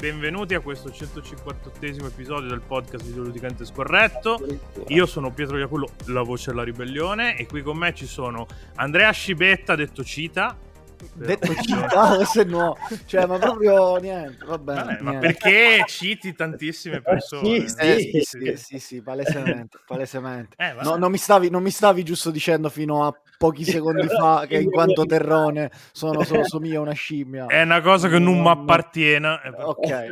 benvenuti a questo 158esimo episodio del podcast Videoludicamente Scorretto. Io sono Pietro Iacullo, la voce della ribellione, e qui con me ci sono Andrea Scibetta, detto Cita. Detto Cita, se no, cioè, ma proprio niente, vabbè, ma perché citi tantissime persone? Sì, palesemente. No, non mi stavi giusto dicendo fino a pochi secondi fa che in quanto terrone sono io una scimmia. È una cosa che non mi appartiene. Ok,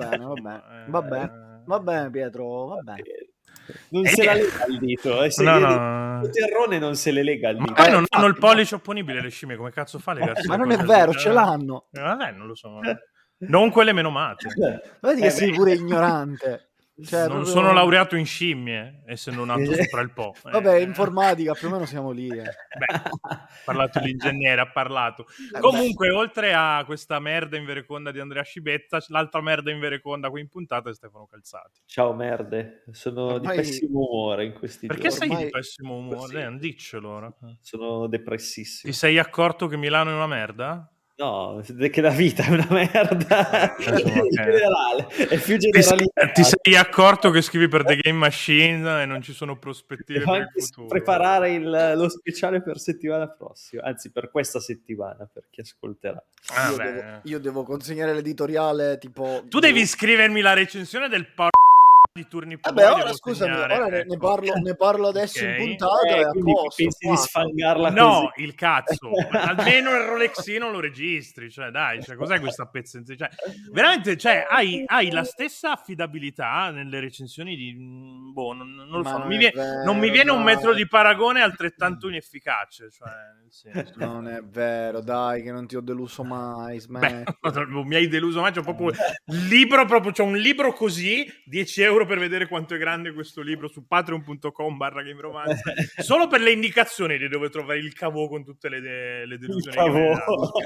va bene Pietro, va bene. Non se la lega al dito, no. Il terrone non se le lega al dito. Ma poi non hanno il pollice opponibile le scimmie, come cazzo fa a legarsi? Ma non è vero, ce l'hanno. Vabbè, non lo so. Non quelle menomate. Vedi che sei pure ignorante. Cioè, non proprio... sono laureato in scimmie, essendo nato sopra il Po. Vabbè, informatica, più o meno siamo lì. Beh, ha parlato l'ingegnere, ha parlato. Comunque, oltre a questa merda in vereconda di Andrea Scibetta, l'altra merda in vereconda qui in puntata è Stefano Calzati. Ciao merde, sono di pessimo umore in questi giorni. Perché sei di pessimo umore? Diccelo ora. Sono depressissimo. Ti sei accorto che Milano è una merda? No, che la vita è una merda in generale, è più generale. Ti sei accorto che scrivi per The Game Machine e non ci sono prospettive per il futuro? Preparare lo speciale per settimana prossima, anzi per questa settimana, per chi ascolterà. Io devo consegnare l'editoriale tipo... Tu devi scrivermi la recensione del di turni. Vabbè, ora scusami, ora ne parlo adesso in puntata e a posto. Pensi di sfangarla così? No, il cazzo, almeno il Rolexino lo registri, cioè dai, cioè, cos'è questa pezzente? Cioè, veramente, cioè, hai la stessa affidabilità nelle recensioni di... Boh, non lo so, non mi viene un metro di paragone altrettanto inefficace, cioè, nel senso. Non è vero, dai, che non ti ho deluso mai, Beh, mi hai deluso mai, c'ho proprio c'ho un libro così, 10 euro per vedere quanto è grande questo libro su patreon.com/GameRomance solo per le indicazioni di dove trovare il cavò con tutte le delusioni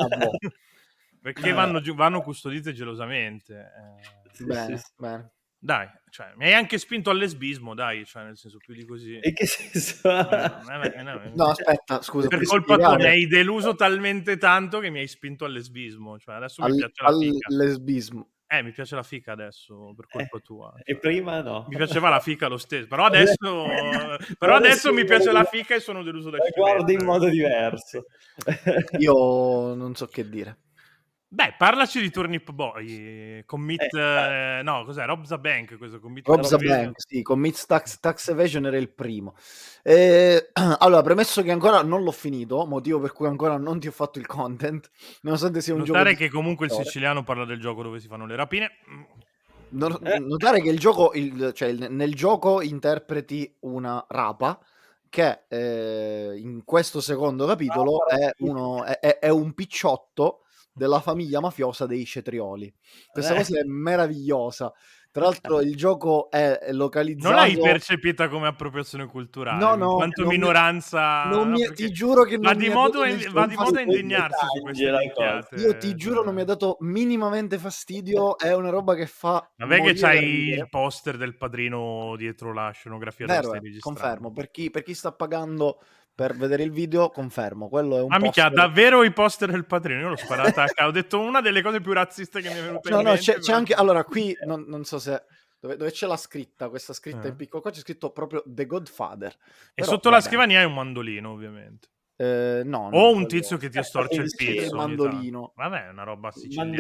perché vanno custodite gelosamente. Bene. Dai, cioè, mi hai anche spinto al lesbismo, dai, cioè, nel senso, più di così. E che senso? No, aspetta, scusa. Per colpa tua mi hai deluso talmente tanto che mi hai spinto al lesbismo, cioè adesso mi piace la fica. Al lesbismo. Mi piace la fica adesso, per colpa tua. E prima no. Mi piaceva la fica lo stesso, però adesso mi piace la fica e sono deluso da Scibetta. Guardi in modo diverso. Io non so che dire. Beh, parlaci di Turnip Boy, Commit, no, cos'è? Rob the Bank, questo Commit Rob the Bank, sì, Commit Tax Evasion era il primo. Allora, premesso che ancora non l'ho finito, motivo per cui ancora non ti ho fatto il content, nonostante sia un gioco... Notare che comunque il siciliano parla del gioco dove si fanno le rapine. Notare che il gioco, nel gioco interpreti una rapa che in questo secondo capitolo è un picciotto della famiglia mafiosa dei Cetrioli. Questa cosa è meravigliosa. Tra l'altro il gioco è localizzato... Non l'hai percepita come appropriazione culturale? No, in quanto minoranza... ti giuro che va di moda a indignarsi su queste minchiate. Io ti giuro non mi ha dato minimamente fastidio, è una roba che fa... Ma vedi che c'hai il poster del Padrino dietro la scenografia dove stai registrando? Confermo, per chi sta pagando per vedere il video, confermo, quello è un poster... minchia, davvero i poster del Padrino? Io l'ho sparata a caso, ho detto una delle cose più razziste che mi è venuta in mente. No, c'è anche... Allora, qui, non so se... Dove c'è la scritta, questa scritta in piccolo, qua c'è scritto proprio The Godfather. E sotto la scrivania è un mandolino, ovviamente. No, o un tizio che ti storce il pizzo. Il mandolino. Vabbè, è una roba siciliana.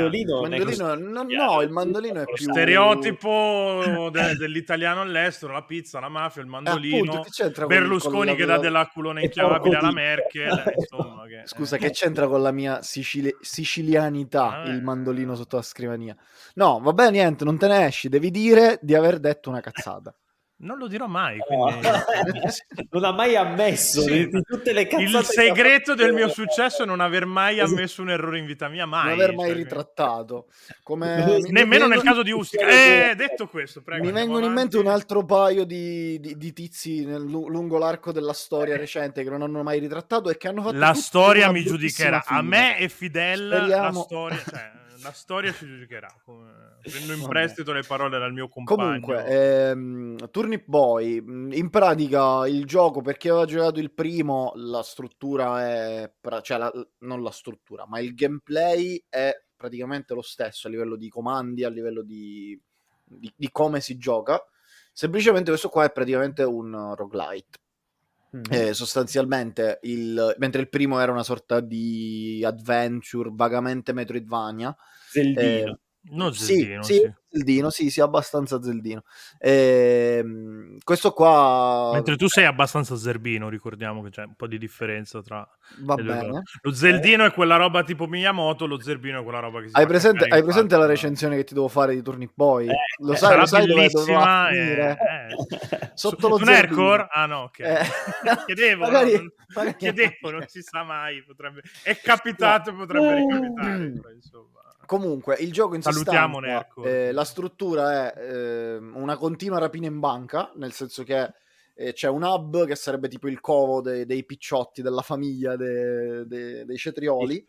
Il mandolino è più... Stereotipo dell'italiano all'estero, la pizza, la mafia, il mandolino, Berlusconi che dà della culona inchiavabile alla Merkel, insomma. Scusa, che c'entra con la mia sicilianità il mandolino sotto la scrivania? No, vabbè, niente, non te ne esci, devi dire di aver detto una cazzata. Non lo dirò mai, quindi... non ha mai ammesso di tutte le cazzate. Il segreto del mio successo è non aver mai ammesso un errore in vita mia, mai. Non aver mai ritrattato. Nemmeno nel caso di Ustica. Detto questo, prego. Mi vengono in mente un altro paio di tizi lungo l'arco della storia recente che non hanno mai ritrattato e che hanno fatto... La storia mi giudicherà. A me e Fidel la storia... La storia ci giudicherà. Prendo in prestito le parole dal mio compagno. Comunque, Turnip Boy, in pratica il gioco, per chi aveva giocato il primo, la struttura è... non la struttura, ma il gameplay è praticamente lo stesso a livello di comandi, a livello di come si gioca. Semplicemente questo qua è praticamente un roguelite. Sostanzialmente mentre il primo era una sorta di adventure vagamente Metroidvania, Zeldino. Non sì, Zeldino, sì, sì. Zeldino, sì, abbastanza Zeldino. Questo qua Mentre tu sei abbastanza zerbino, ricordiamo che c'è un po' di differenza tra va le due bene. cose. Lo Zeldino è quella roba tipo Miyamoto, lo zerbino è quella roba che si Hai fa presente caccare in la faccia. recensione che ti devo fare di Turnip Boy? Lo Sarà sai dove dovrò bellissima. finire? Su Sotto lo un zerbino. Aircore? Ah no, ok. Chiedevo, magari non si sa mai. È capitato, potrebbe ricapitare. Però, insomma. Comunque, il gioco in Salutiamo sostanza, Aircore. la struttura è una continua rapina in banca, nel senso che c'è un hub che sarebbe tipo il covo dei picciotti della famiglia dei cetrioli.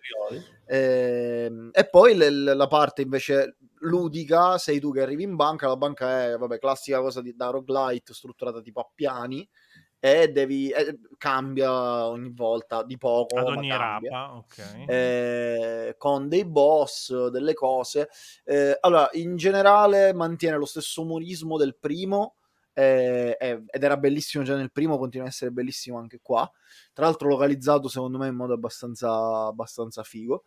E poi la parte invece ludica sei tu che arrivi in banca. La banca è classica cosa da roguelite, strutturata tipo a piani, e cambia ogni volta di poco, ad ma ogni cambia. rapa, ok. Con dei boss, delle cose. Allora, in generale mantiene lo stesso umorismo del primo, ed era bellissimo già nel primo, continua a essere bellissimo anche qua. Tra l'altro localizzato secondo me in modo abbastanza figo.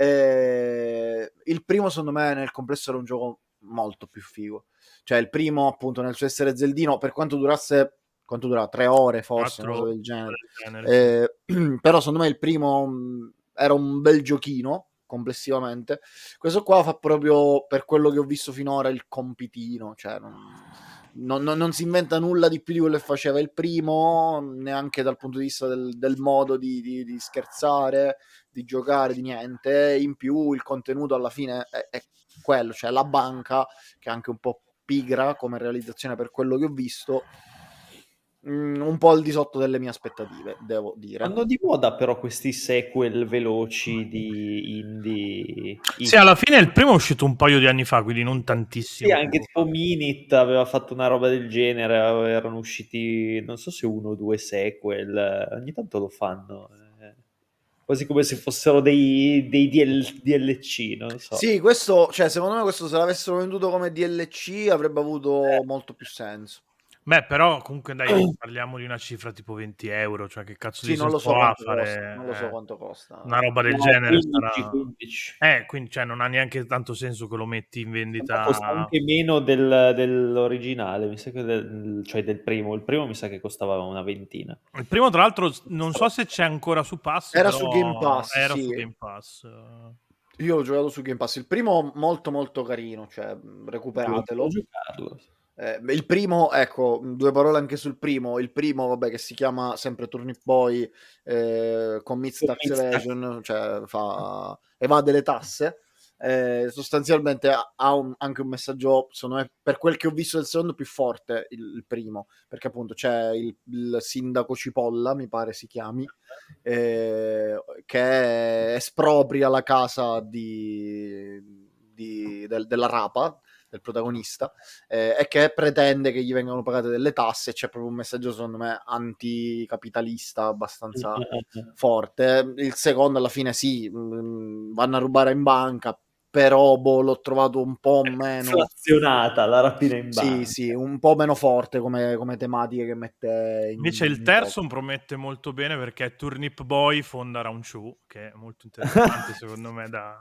Il primo secondo me nel complesso era un gioco molto più figo. Cioè il primo appunto nel suo essere Zeldino, per quanto durasse, quanto dura? 3 ore forse, una cosa del genere. Sì. Però secondo me il primo era un bel giochino complessivamente. Questo qua fa proprio, per quello che ho visto finora, il compitino, cioè non si inventa nulla di più di quello che faceva il primo, neanche dal punto di vista del modo di scherzare, di giocare, di niente. In più il contenuto alla fine è quello, cioè la banca, che è anche un po' pigra come realizzazione per quello che ho visto, un po' al di sotto delle mie aspettative, devo dire. Vanno di moda però questi sequel veloci di indie. Sì, alla fine il primo è uscito un paio di anni fa, quindi non tantissimo. Sì, anche tipo Minit aveva fatto una roba del genere, erano usciti, non so se 1 o 2 sequel, ogni tanto lo fanno. Quasi come se fossero dei DLC, non so. Sì, questo, cioè, secondo me questo se l'avessero venduto come DLC avrebbe avuto molto più senso. Beh, però comunque dai, parliamo di una cifra tipo 20 euro, cioè che cazzo Sì, di non lo senso so ha quanto costa, fare non lo so quanto costa. una roba del No, genere? 15. Quindi cioè, non ha neanche tanto senso che lo metti in vendita. Costa anche meno dell'originale, mi sa che cioè del primo. Il primo mi sa che costava una ventina. Il primo, tra l'altro, non so se c'è ancora su Pass, Era però su Game Pass, era sì. su Game Pass. Io ho giocato su Game Pass. Il primo molto molto carino, cioè recuperatelo. Devo giocarlo. Il primo, ecco, 2 parole anche sul primo. Il primo, vabbè, che si chiama sempre Turnip Boy, commits tax evasion, cioè evade le tasse. Sostanzialmente ha anche un messaggio, secondo me, per quel che ho visto del secondo, più forte il primo, perché appunto c'è il sindaco Cipolla, mi pare si chiami, che espropria la casa della rapa del protagonista, e che pretende che gli vengano pagate delle tasse. C'è proprio un messaggio secondo me anticapitalista abbastanza forte. Il secondo alla fine sì, vanno a rubare in banca, però l'ho trovato un po' meno inflazionata la rapina in banca. sì, un po' meno forte come tematiche che mette invece il terzo promette molto bene, perché è Turnip Boy fonda Round 2, che è molto interessante secondo me da...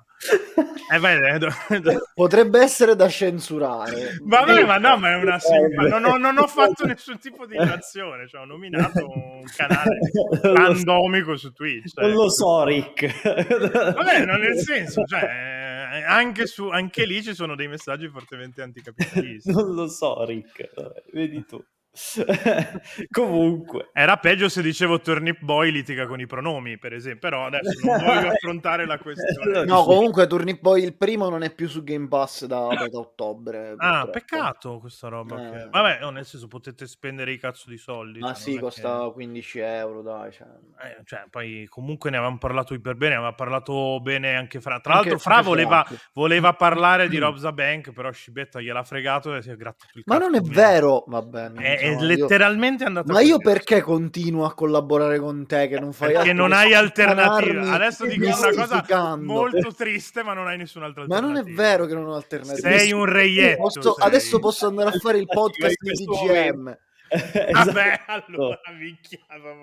potrebbe essere da censurare. Vabbè, ma no, ma è una non ho fatto nessun tipo di ilazione, cioè ho nominato un canale randomico su Twitch. Non lo so, Rick. Vabbè, non nel senso, cioè anche lì ci sono dei messaggi fortemente anticapitalisti. Non lo so, Rick. Vabbè, vedi tu. Comunque era peggio se dicevo Turnip Boy litiga con i pronomi, per esempio, però adesso non voglio affrontare la questione. No, comunque Turnip Boy il primo non è più su Game Pass da ottobre, purtroppo. Peccato questa roba che... vabbè, nel senso, potete spendere i cazzo di soldi, ma cioè, sì, costa 15 euro, dai, cioè, poi comunque ne avevamo parlato iper bene, aveva parlato bene anche Fra. Tra l'altro Fra voleva parlare di Rob the Bank, però Scibetta gliel'ha fregato e si è grattato il cazzo. Ma non è vero, va bene. è No, letteralmente andato Ma così. io perché continuo a collaborare con te che non fai Perché altro non che hai alternative. sputtanarmi Adesso dico una cosa mistificando. molto triste, ma non hai nessun'altra Ma non alternativa. è vero che non ho alternative. Sei un reietto. Adesso posso andare a fare il podcast di DGM. Vabbè, allora minchia,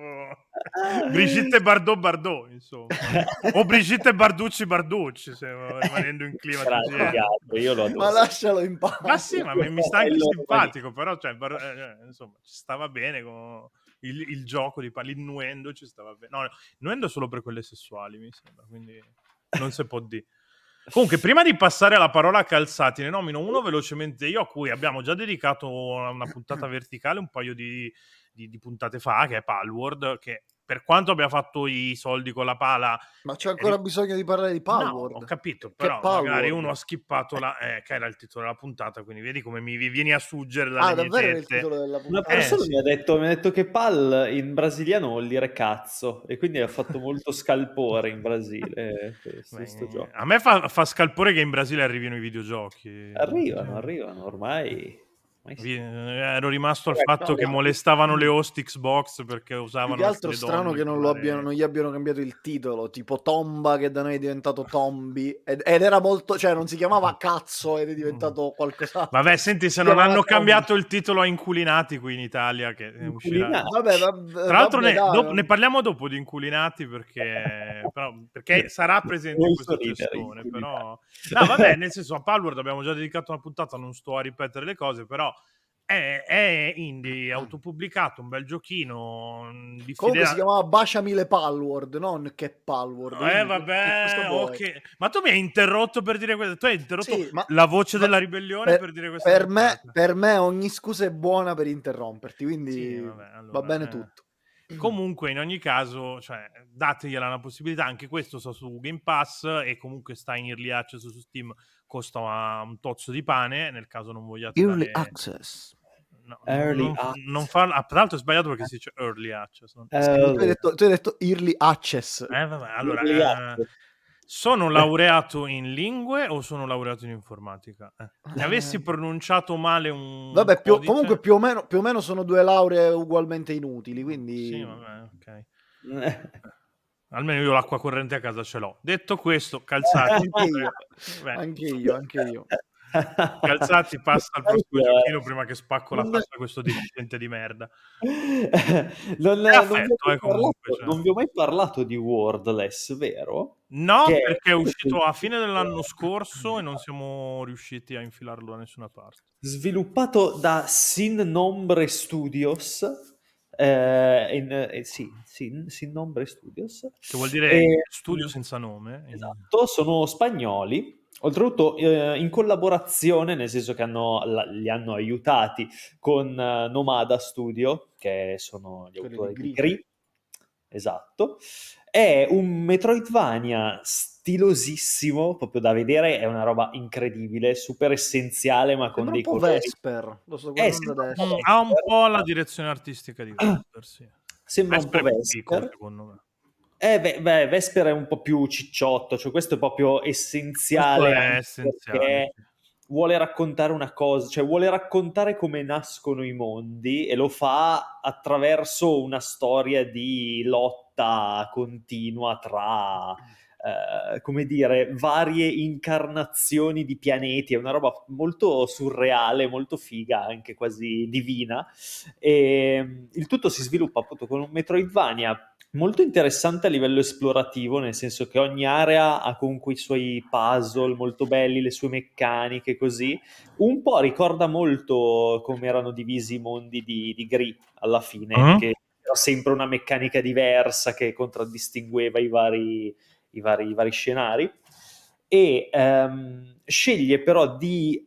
Brigitte Bardot, insomma. O Brigitte Barducci, stiamo rimanendo in clima Grazie, io lo adoro. Ma lascialo in pace. Ma sì, ma mi sta anche simpatico, però cioè, insomma, ci stava bene con il gioco di l'innuendo ci stava bene. No, innuendo solo per quelle sessuali, mi sembra, quindi non si può dire. Comunque, prima di passare alla parola a Calzati, ne nomino uno velocemente io, a cui abbiamo già dedicato una puntata verticale un paio di puntate fa, che è Palworld, che per quanto abbia fatto i soldi con la pala... Ma c'è ancora bisogno di parlare di Palworld? No, ho capito, Che però Palworld? magari uno ha skippato che era il titolo della puntata, quindi vedi come mi vieni a suggere dalle mie davvero era il tette. titolo della Una puntata? persona sì. mi ha detto che pal in brasiliano vuol dire cazzo e quindi ha fatto molto scalpore in Brasile questo gioco. A me fa scalpore che in Brasile arrivino i videogiochi. Arrivano, ormai sì. Ero rimasto al fatto che molestavano le host Xbox perché usavano Più che altro le strano donne che non gli abbiano cambiato il titolo, tipo Tomba che da noi è diventato Tombi ed era molto, cioè non si chiamava cazzo ed è diventato qualcos'altro. Vabbè, senti, se non hanno cambiato il titolo a Inculinati qui in Italia che uscirà. Vabbè, tra l'altro ne parliamo dopo di Inculinati perché sarà presente in questa gestione, però no, vabbè, nel senso a Palworld abbiamo già dedicato una puntata, non sto a ripetere le cose, però è indie, autopubblicato, un bel giochino di comunque si chiamava Baciami le Palworld, non che Palworld. vabbè, ok. Ma tu mi hai interrotto per dire questo. Tu hai interrotto sì, la voce della ribellione per dire questo. Per me ogni scusa è buona per interromperti, quindi sì, vabbè, allora, va bene tutto. Comunque, in ogni caso, cioè, dategliela una possibilità. Anche questo sta su Game Pass e comunque sta in Early Access su Steam. Costa un tozzo di pane. Nel caso non vogliate Early dare... Access. No, Early non farlo. Tra l'altro è sbagliato perché si dice Early Access. Tu hai detto Early Access. Vabbè, allora... sono laureato in lingue o sono laureato in informatica? Se avessi pronunciato male un vabbè, codice... comunque più o meno sono due lauree ugualmente inutili, quindi... Sì, vabbè, ok. Almeno io l'acqua corrente a casa ce l'ho. Detto questo, Calzati... Anche io. Calzati, passa al prossimo giochino prima che spacco la faccia a questo deficiente di merda. Non vi ho mai parlato di Wordless, vero? No, perché è uscito a fine dell'anno scorso e non siamo riusciti a infilarlo da nessuna parte. Sviluppato da Sin Nombre Studios. Sin Nombre Studios. Che vuol dire studio senza nome. Esatto, sono spagnoli. Oltretutto in collaborazione, nel senso che li hanno aiutati con Nomada Studio, che sono gli autori di Gris. Esatto. È un Metroidvania stilosissimo, proprio da vedere, è una roba incredibile, super essenziale, ma con sembra dei un po' colori. Vesper, lo sto guardando adesso. Ha un po' la direzione artistica di Vesper, sì. Sembra un po' Vesper. Piccolo, secondo me. Vesper è un po' più cicciotto, cioè questo è proprio essenziale, è essenziale, perché vuole raccontare una cosa, cioè vuole raccontare come nascono i mondi e lo fa attraverso una storia di lotta continua tra, come dire, varie incarnazioni di pianeti. È una roba molto surreale, molto figa, anche quasi divina. E il tutto si sviluppa appunto con un Metroidvania molto interessante a livello esplorativo, nel senso che ogni area ha comunque i suoi puzzle molto belli, le sue meccaniche, così. Un po' ricorda molto come erano divisi i mondi di Gris alla fine, che era sempre una meccanica diversa che contraddistingueva i vari scenari. E sceglie però di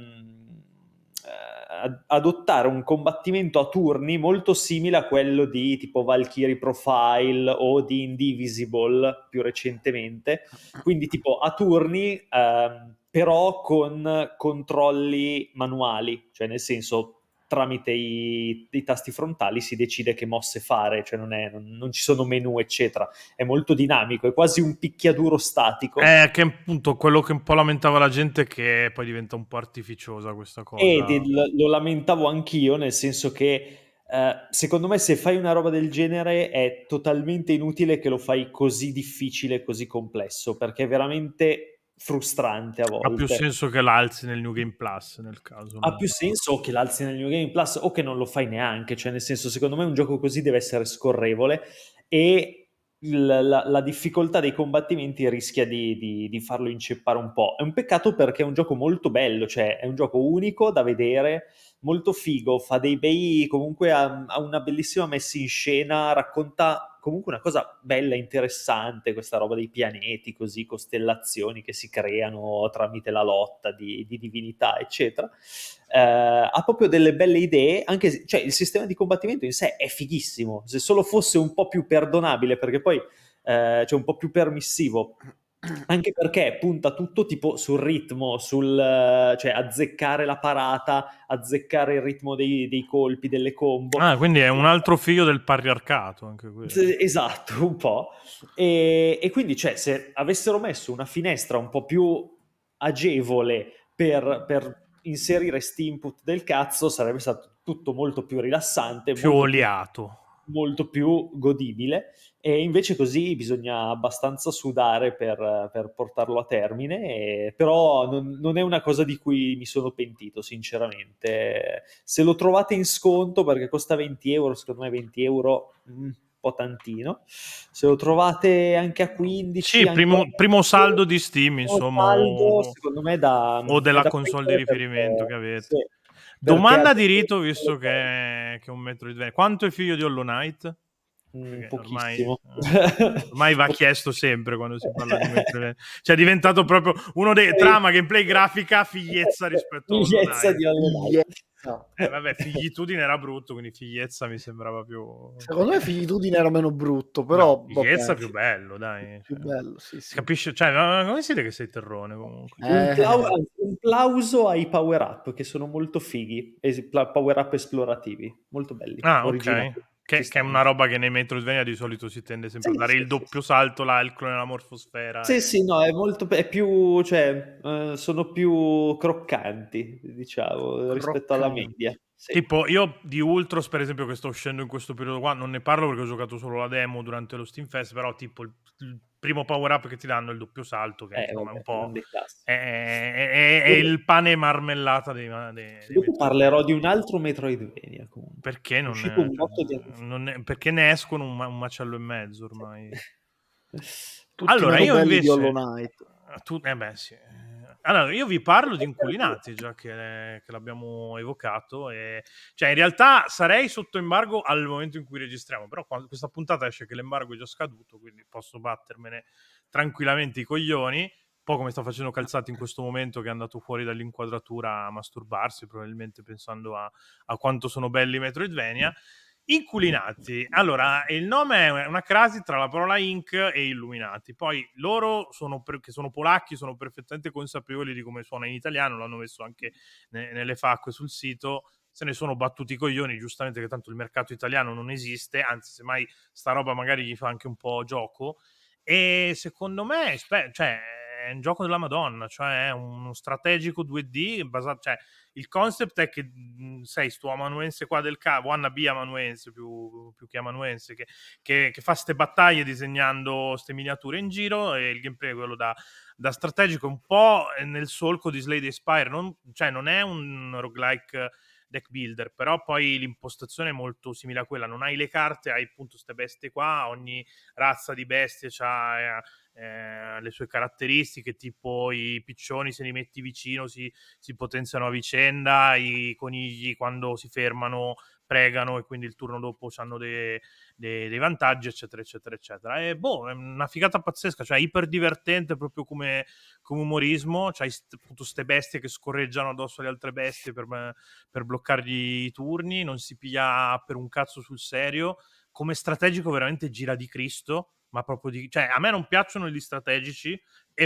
adottare un combattimento a turni molto simile a quello di tipo Valkyrie Profile o di Indivisible più recentemente, quindi tipo a turni però con controlli manuali, cioè nel senso tramite i tasti frontali si decide che mosse fare, cioè non ci sono menu eccetera, è molto dinamico, è quasi un picchiaduro statico. Che appunto quello che un po' lamentava la gente è che poi diventa un po' artificiosa questa cosa. Lo lamentavo anch'io, nel senso che secondo me se fai una roba del genere è totalmente inutile che lo fai così difficile, così complesso, perché è veramente frustrante a Ha più volte. senso che l'alzi nel New Game Plus nel caso. Ha più senso o che l'alzi nel New Game Plus o che non lo fai neanche, cioè nel senso secondo me un gioco così deve essere scorrevole e la difficoltà dei combattimenti rischia di farlo inceppare un po'. È un peccato perché è un gioco molto bello, cioè è un gioco unico da vedere, molto figo, fa dei bei, comunque ha una bellissima messa in scena, racconta comunque una cosa bella, interessante, questa roba dei pianeti, così, costellazioni che si creano tramite la lotta di divinità, eccetera. Ha proprio delle belle idee, anche se, cioè, il sistema di combattimento in sé è fighissimo, se solo fosse un po' più perdonabile, perché poi cioè un po' più permissivo, anche perché punta tutto tipo sul ritmo, cioè azzeccare la parata, azzeccare il ritmo dei colpi, delle combo. Quindi è un altro figlio del patriarcato anche quello. Esatto, un po'. E quindi, cioè, se avessero messo una finestra un po' più agevole per inserire sti input del cazzo, sarebbe stato tutto molto più rilassante, Più oliato. molto più godibile, e invece così bisogna abbastanza sudare per portarlo a termine, però non è una cosa di cui mi sono pentito, sinceramente. Se lo trovate in sconto, perché costa 20 euro, secondo me 20 euro un po' tantino, se lo trovate anche a 15, Sì, primo saldo di Steam, insomma, saldo, secondo me o è della da console di prendere riferimento che perché, avete. sì, perché Domanda altrimenti di rito, visto che è un Metroidvania. Quanto è figlio di Hollow Knight? Perché pochissimo. ormai va chiesto sempre quando si parla di Metroidvania. Cioè è diventato proprio uno dei trama, gameplay, grafica, figliezza rispetto a Hollow Figliezza Knight. di Hollow Knight. Vabbè, figlitudine era brutto, quindi figliezza mi sembrava più... Secondo me Figlitudine era meno brutto, però No, figliezza vabbè, più bello, dai. più bello, sì, Si sì. capisce, cioè, come si vede che sei terrone comunque? Un plauso ai power up che sono molto fighi, power up esplorativi, molto belli, originali. Ok. Ci Che è stanno. una roba che nei Metroidvania di solito si tende sempre a Sì, dare sì, il sì, doppio salto là, il clone della morfosfera. sì, sì, no, è più, cioè, sono più croccanti, diciamo, rispetto alla media. Croccanti. Sì. Tipo, io di Ultros, per esempio, che sto uscendo in questo periodo qua, non ne parlo perché ho giocato solo la demo durante lo Steam Fest, però tipo il primo power up che ti danno è il doppio salto, che insomma è un Vabbè, po'... grande classico. È il pane e marmellata dei Dopo Metroidvania. parlerò di un altro Metroidvania, comunque. Perché È non, uscito un cioè, botto di anni fa. perché ne escono un macello e mezzo ormai. Tutti Allora, meno io belli di Hollow invece... Knight. beh, sì. Allora, io vi parlo di Inculinati, già che l'abbiamo evocato. Cioè, in realtà sarei sotto embargo al momento in cui registriamo, però questa puntata esce che l'embargo è già scaduto, quindi posso battermene tranquillamente i coglioni. Un po' come sta facendo Calzati in questo momento, che è andato fuori dall'inquadratura a masturbarsi, probabilmente pensando a quanto sono belli i Metroidvania. Inculinati. Allora, il nome è una crasi tra la parola Inc e Illuminati. Poi loro, che sono polacchi, sono perfettamente consapevoli di come suona in italiano, l'hanno messo anche nelle FAQ sul sito. Se ne sono battuti i coglioni, giustamente, che tanto il mercato italiano non esiste, anzi, semmai sta roba magari gli fa anche un po' gioco. E secondo me, cioè, è un gioco della Madonna, cioè è uno strategico 2D basato, cioè il concept è che sei sto amanuense qua del cavo, wannabe amanuense più che amanuense, che fa ste battaglie disegnando ste miniature in giro, e il gameplay è quello da strategico, un po' nel solco di Slay the Spire, cioè non è un roguelike deck builder, però poi l'impostazione è molto simile a quella, non hai le carte, hai appunto queste bestie qua, ogni razza di bestie ha le sue caratteristiche, tipo i piccioni se li metti vicino si potenziano a vicenda, i conigli quando si fermano pregano e quindi il turno dopo hanno dei vantaggi, eccetera eccetera eccetera. E boh, è una figata pazzesca, cioè iper divertente proprio come umorismo, c'hai appunto ste bestie che scorreggiano addosso alle altre bestie per bloccargli i turni, non si piglia per un cazzo sul serio, come strategico veramente gira di Cristo, ma proprio cioè a me non piacciono gli strategici e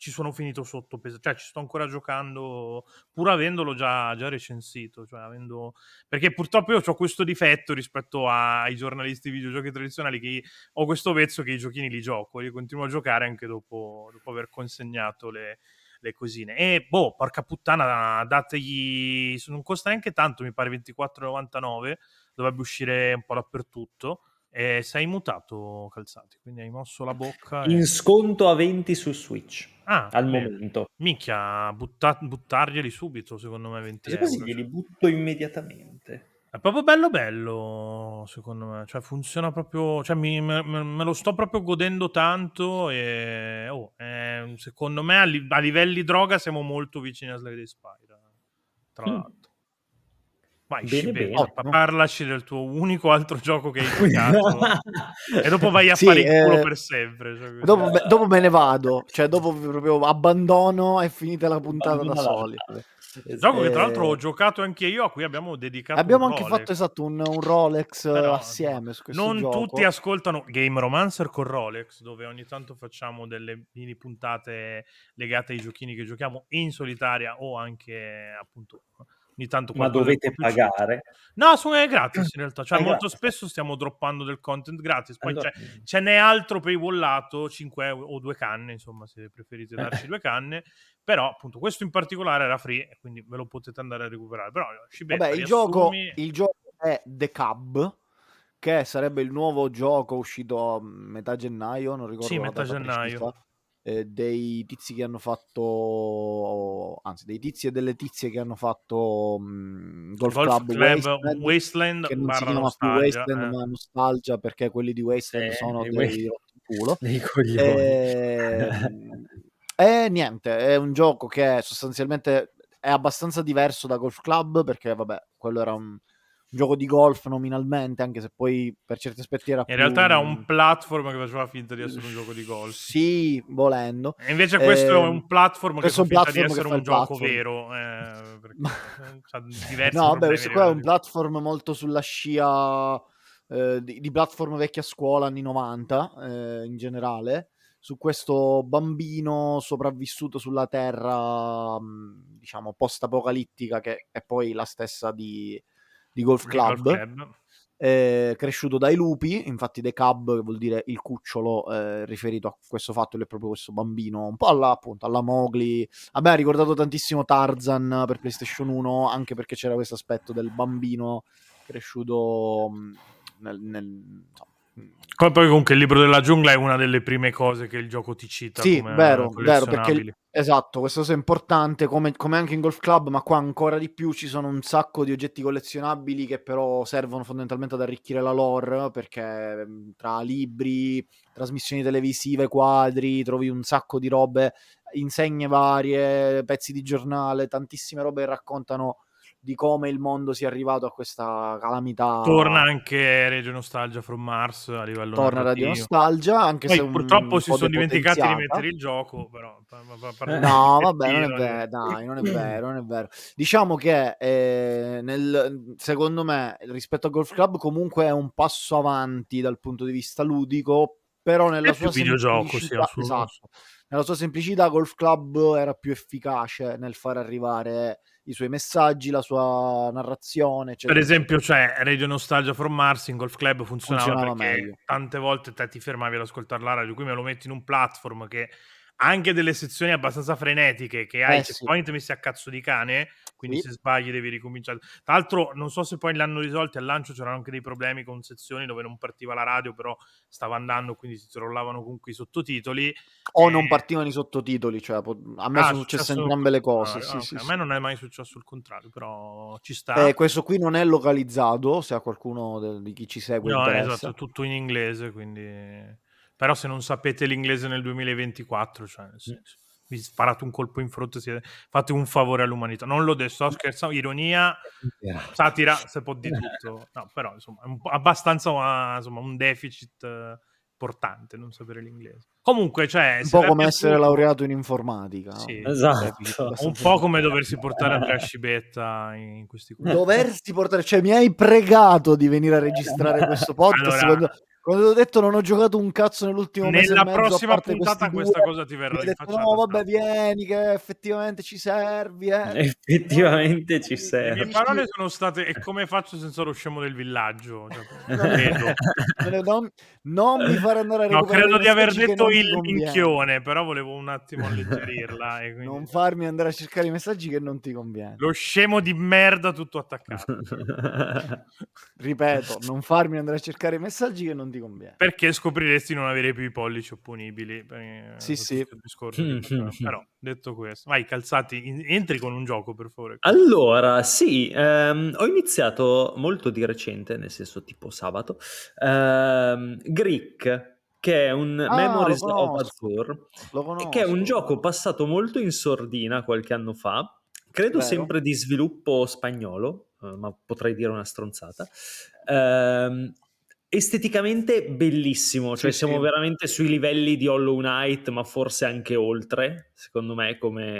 ci sono finito sotto, cioè ci sto ancora giocando pur avendolo già recensito, cioè perché purtroppo io ho questo difetto rispetto ai giornalisti di videogiochi tradizionali, che ho questo vezzo che i giochini li gioco, io continuo a giocare anche dopo aver consegnato le cosine. E porca puttana, dategli, non costa neanche tanto, mi pare 24,99, dovrebbe uscire un po' dappertutto. E sei mutato, Calzati, quindi hai mosso la bocca. In sconto a 20 su Switch al bene. momento. Minchia, buttarglieli subito, secondo me, 20 euro. Così glieli butto immediatamente. È proprio bello, secondo me. Cioè, funziona proprio. Cioè, me lo sto proprio godendo tanto. E secondo me, a livelli droga, siamo molto vicini a Slay the Spire. Tra l'altro. Vai, bene. Parlaci del tuo unico altro gioco che hai giocato. E dopo vai a fare il culo per sempre. Cioè, dopo me ne vado. Cioè, dopo proprio abbandono e finita la puntata da soli. Gioco che tra l'altro ho giocato anche io, a cui abbiamo dedicato abbiamo anche fatto un Rolex assieme su questo non gioco. Tutti ascoltano Game Romancer con Rolex, dove ogni tanto facciamo delle mini puntate legate ai giochini che giochiamo in solitaria o anche appunto ogni tanto. Ma dovete pagare? No, è gratis in realtà, cioè molto spesso stiamo droppando del content gratis, poi ce n'è altro paywall-lato, 5 euro o 2 canne, insomma, se preferite darci 2 canne, però appunto questo in particolare era free, quindi ve lo potete andare a recuperare. Però vabbè, il gioco è The Cub, che sarebbe il nuovo gioco uscito a metà gennaio, non ricordo la data precisa, dei tizi che hanno fatto, anzi dei tizi e delle tizie che hanno fatto Golf Club Wasteland, che non si chiama più Wasteland ma Nostalgia, perché quelli di Wasteland sono dei culo. Dei coglioni. E niente, è un gioco che sostanzialmente è abbastanza diverso da Golf Club, perché vabbè, quello era un gioco di golf nominalmente, anche se poi per certi aspetti era in realtà era un platform che faceva finta di essere un gioco di golf. Sì, volendo. E invece questo è un platform che fa finta di essere un gioco vero. No, vabbè, questo qua è un platform molto sulla scia di platform vecchia scuola, anni 90, in generale, su questo bambino sopravvissuto sulla terra, diciamo, post-apocalittica, che è poi la stessa di Golf Club. Cresciuto dai lupi, infatti The Cub, che vuol dire il cucciolo, riferito a questo fatto, è proprio questo bambino, un po' alla Mowgli. A me ha ricordato tantissimo Tarzan per PlayStation 1, anche perché c'era questo aspetto del bambino cresciuto poi comunque il libro della giungla è una delle prime cose che il gioco ti cita. Sì, come vero, perché esatto, questo è importante, come anche in Golf Club, ma qua ancora di più. Ci sono un sacco di oggetti collezionabili che però servono fondamentalmente ad arricchire la lore, perché tra libri, trasmissioni televisive, quadri, trovi un sacco di robe, insegne varie, pezzi di giornale, tantissime robe che raccontano di come il mondo sia arrivato a questa calamità. Torna anche Radio Nostalgia from Mars a livello narrativo. Radio Nostalgia, anche poi se purtroppo si sono dimenticati di mettere il gioco, però no, vabbè, non è vero, dai, non è vero. Diciamo che secondo me rispetto a Golf Club comunque è un passo avanti dal punto di vista ludico, però nella sua semplicità, esatto, nella sua semplicità Golf Club era più efficace nel far arrivare i suoi messaggi, la sua narrazione, eccetera. Per esempio, cioè Radio Nostalgia from Mars in Golf Club funzionava perché meglio. Tante volte te ti fermavi ad ascoltare la radio, qui me lo metti in un platform che ha anche delle sezioni abbastanza frenetiche, che hai checkpoint messi a cazzo di cane, quindi se sbagli devi ricominciare. Tra l'altro non so se poi li hanno risolti, al lancio c'erano anche dei problemi con sezioni dove non partiva la radio, però stava andando, quindi si rollavano comunque i sottotitoli. O non partivano i sottotitoli, cioè a me sono successe entrambe le cose. Sì. A me non è mai successo il contrario, però ci sta. Questo qui non è localizzato, se a qualcuno di chi ci segue interessa. Esatto, è tutto in inglese, quindi... Però se non sapete l'inglese nel 2024, cioè nel senso, vi sparate un colpo in fronte, fate un favore all'umanità. Non lo sto scherzando, ironia, satira, se può di tutto. No, però insomma è abbastanza un deficit importante non sapere l'inglese. Comunque, cioè, un po' come essere laureato in informatica. Sì, esatto. Un po' come doversi portare Andrea Scibetta in questi doversi portare, cioè mi hai pregato di venire a registrare questo podcast. Allora, Quando ti ho detto non ho giocato un cazzo nell'ultimo mese e Nella mezzo, prossima a parte puntata questi questa due, cosa ti mi verrà hai detto rinfacciata. no vabbè vieni che effettivamente ci servi, Effettivamente ci Le serve. mie parole sono state: e come faccio senza lo scemo del villaggio? Cioè, credo. Non mi fare andare a No, recuperare i credo di aver messaggi che detto non il ti conviene. minchione, però volevo un attimo alleggerirla. E quindi... Non farmi andare a cercare i messaggi che non ti conviene. Lo scemo di merda tutto attaccato. Ripeto, non farmi andare a cercare i messaggi che non ti conviene. Perché scopriresti di non avere più i pollici opponibili. Sì, sì. Il discorso che facciamo. Però, detto questo, vai, Calzati, entri con un gioco, per favore. Allora, sì, ho iniziato molto di recente, nel senso tipo sabato, Greek, che è un Lo Memories of conosco. Azur, Lo che è un conosco. gioco passato molto in sordina qualche anno fa, credo Vero? sempre di sviluppo spagnolo, ma potrei dire una stronzata. Ehm, Esteticamente bellissimo, cioè Sì, siamo sì. veramente sui livelli di Hollow Knight, ma forse anche oltre, secondo me,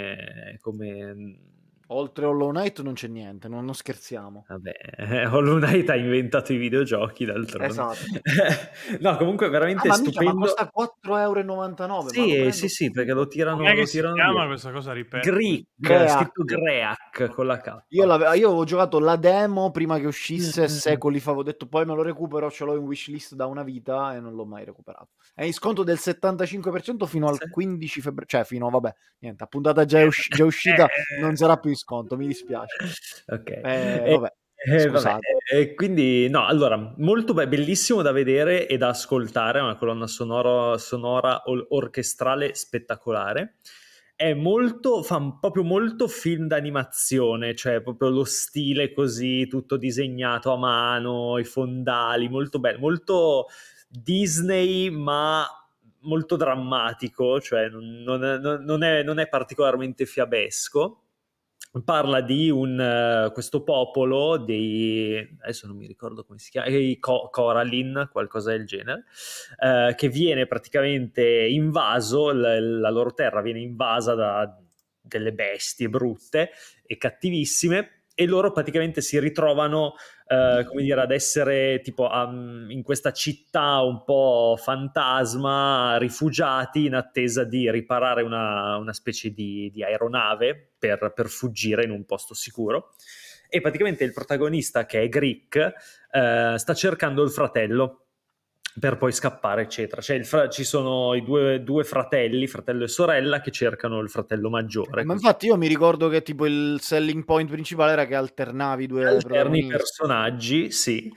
come Oltre Hollow Knight non c'è niente, non scherziamo. vabbè, Hollow Knight ha inventato i videogiochi d'altronde. Esatto. No, comunque veramente Ma minchia, ma stupendo. costa 4,99 €, ma lo Sì, prendo sì, perché lo subito. tirano, Com'è che lo si tirano chiama via. questa cosa? Ripetimi. Greek, Greak. scritto Greak con la K. Io avevo giocato la demo prima che uscisse Mm. secoli fa, avevo detto poi me lo recupero, ce l'ho in wishlist da una vita e non l'ho mai recuperato. È in sconto del 75% fino al Sì. 15 febbraio, cioè fino, vabbè, niente, a puntata già uscita, non sarà più in sconto, mi dispiace. Ok. Vabbè, Vabbè, scusate. quindi no, allora, molto bellissimo da vedere e da ascoltare, una colonna sonora orchestrale spettacolare. È molto, proprio molto film d'animazione, cioè proprio lo stile così, tutto disegnato a mano, i fondali, molto bello, molto Disney, ma molto drammatico, cioè non è particolarmente fiabesco. Parla di questo popolo adesso non mi ricordo come si chiama, i Corallin, qualcosa del genere, che viene praticamente invaso, la loro terra viene invasa da delle bestie brutte e cattivissime, e loro praticamente si ritrovano come dire, ad essere tipo in questa città un po' fantasma, rifugiati in attesa di riparare una specie di aeronave per fuggire in un posto sicuro. E praticamente il protagonista, che è Greek, sta cercando il fratello per poi scappare, eccetera. Cioè ci sono i due fratelli, fratello e sorella, che cercano il fratello maggiore. Ma Così. infatti io mi ricordo che tipo il selling point principale era che alternavi i due Alterni i protagonisti. personaggi, sì.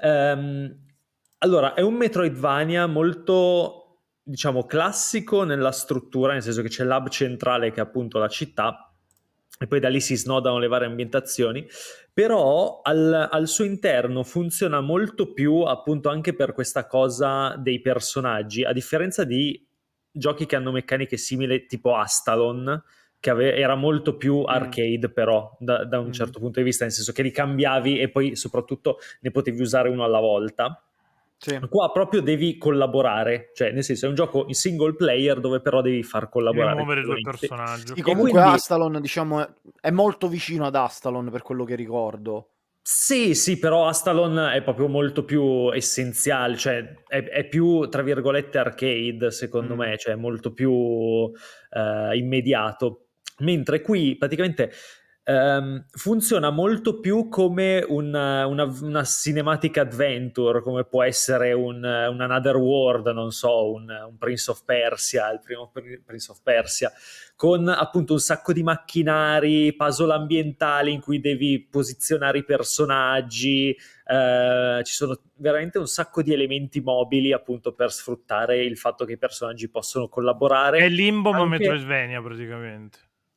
Allora, è un Metroidvania molto, diciamo, classico nella struttura, nel senso che c'è l'hub centrale che è appunto la città, e poi da lì si snodano le varie ambientazioni, però al suo interno funziona molto più appunto anche per questa cosa dei personaggi, a differenza di giochi che hanno meccaniche simili tipo Astalon, che era molto più arcade però da un certo punto di vista, nel senso che li cambiavi e poi soprattutto ne potevi usare uno alla volta. Sì. Qua proprio devi collaborare, cioè nel senso è un gioco in single player dove però devi far collaborare. Devi muovere due personaggi. Sì, E comunque quindi Astalon, diciamo, è molto vicino ad Astalon per quello che ricordo. sì, però Astalon è proprio molto più essenziale, cioè è più, tra virgolette, arcade, secondo me, cioè molto più immediato. Mentre qui praticamente funziona molto più come una cinematic adventure, come può essere un Another World, non so, un Prince of Persia, il primo Prince of Persia, con appunto un sacco di macchinari, puzzle ambientali in cui devi posizionare i personaggi, ci sono veramente un sacco di elementi mobili appunto per sfruttare il fatto che i personaggi possono collaborare. È Limbo ma Anche... Metroidvania praticamente.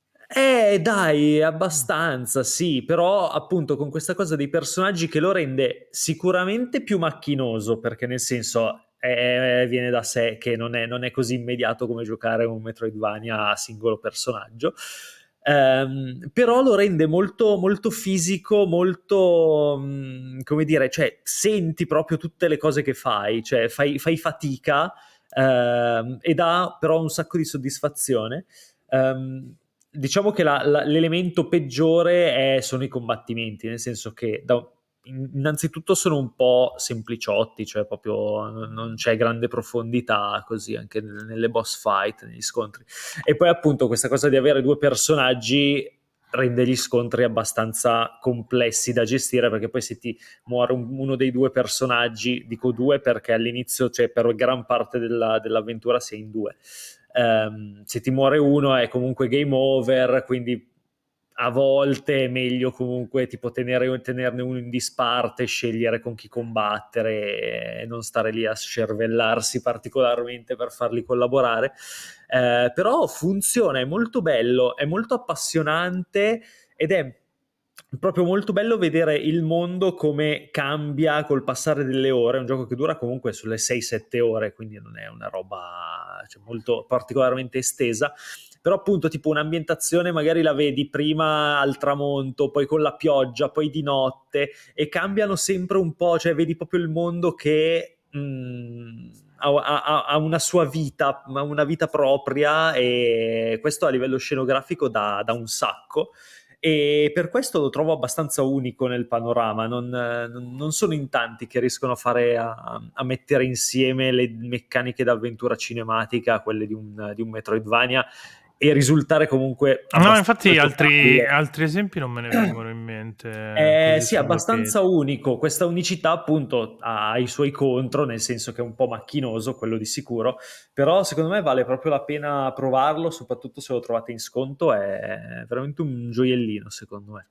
Dai, abbastanza, sì, però appunto con questa cosa dei personaggi che lo rende sicuramente più macchinoso, perché nel senso viene da sé che non è così immediato come giocare un Metroidvania a singolo personaggio, però lo rende molto, molto fisico, molto, come dire, cioè senti proprio tutte le cose che fai, cioè fai fatica e dà però un sacco di soddisfazione. Diciamo che l'elemento peggiore sono i combattimenti, nel senso che innanzitutto sono un po' sempliciotti, cioè proprio non c'è grande profondità così anche nelle boss fight, negli scontri. E poi appunto questa cosa di avere due personaggi rende gli scontri abbastanza complessi da gestire, perché poi se ti muore uno dei due personaggi, dico due perché all'inizio, cioè per gran parte dell'avventura sei in due, se ti muore uno è comunque game over, quindi a volte è meglio comunque tipo tenerne uno in disparte, scegliere con chi combattere e non stare lì a scervellarsi particolarmente per farli collaborare. Però funziona, è molto bello, è molto appassionante ed è proprio molto bello vedere il mondo come cambia col passare delle ore. È un gioco che dura comunque sulle 6-7 ore, quindi non è una roba, cioè, molto particolarmente estesa, però appunto tipo un'ambientazione magari la vedi prima al tramonto, poi con la pioggia, poi di notte, e cambiano sempre un po', cioè vedi proprio il mondo che ha una sua vita, ha una vita propria, e questo a livello scenografico dà un sacco. E per questo lo trovo abbastanza unico nel panorama. Non sono in tanti che riescono a mettere insieme le meccaniche d'avventura cinematica a quelle di un Metroidvania e risultare comunque No, abbastanza infatti giocabile. altri esempi non me ne vengono in mente così Sì, su due abbastanza piedi. unico. Questa unicità appunto ha i suoi contro, nel senso che è un po' macchinoso, quello di sicuro, però secondo me vale proprio la pena provarlo, soprattutto se lo trovate in sconto, è veramente un gioiellino secondo me.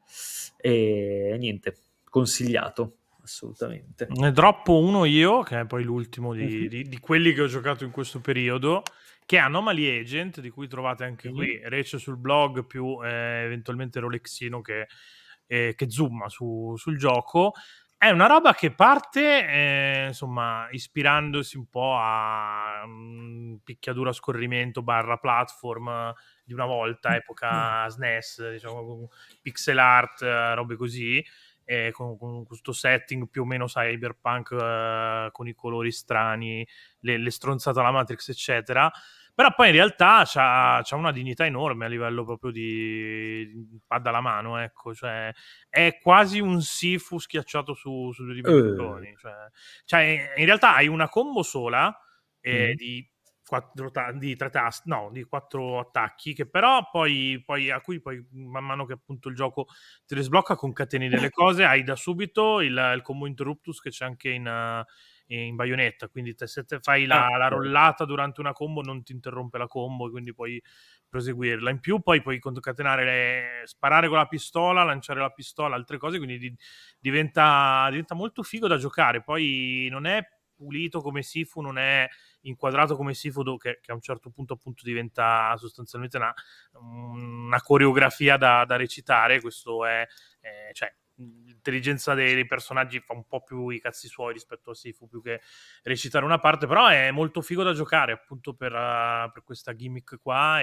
E niente, consigliato, assolutamente. Ne droppo uno io, che è poi l'ultimo Mhm. di quelli che ho giocato in questo periodo, che è Anomaly Agent, di cui trovate anche qui Mhm. Rece sul blog, più eventualmente Rolexino che zooma sul gioco. È una roba che parte, insomma, ispirandosi un po' a picchiaduro a scorrimento barra platform di una volta, epoca SNES, diciamo, pixel art, robe così, con questo setting più o meno cyberpunk, con i colori strani, le stronzate alla Matrix, eccetera. Però poi in realtà c'ha una dignità enorme a livello proprio di pad alla mano, ecco, cioè è quasi un Sifu schiacciato su due dimensioni, cioè in realtà hai una combo sola Mhm. di di tre tasti, no, di 4 attacchi, che però poi a cui poi man mano che appunto il gioco te le sblocca, concateni delle cose, hai da subito il combo interruptus che c'è anche in Bayonetta, quindi se te fai Ah, la ok. rollata durante una combo non ti interrompe la combo e quindi puoi proseguirla. In più poi puoi concatenare, sparare con la pistola, lanciare la pistola, altre cose, quindi diventa molto figo da giocare. Poi non è pulito come Sifu, non è inquadrato come Sifu, che a un certo punto appunto diventa sostanzialmente una coreografia da recitare. Questo cioè l'intelligenza dei personaggi fa un po' più i cazzi suoi rispetto a Sifu, più che recitare una parte, però è molto figo da giocare appunto per questa gimmick qua.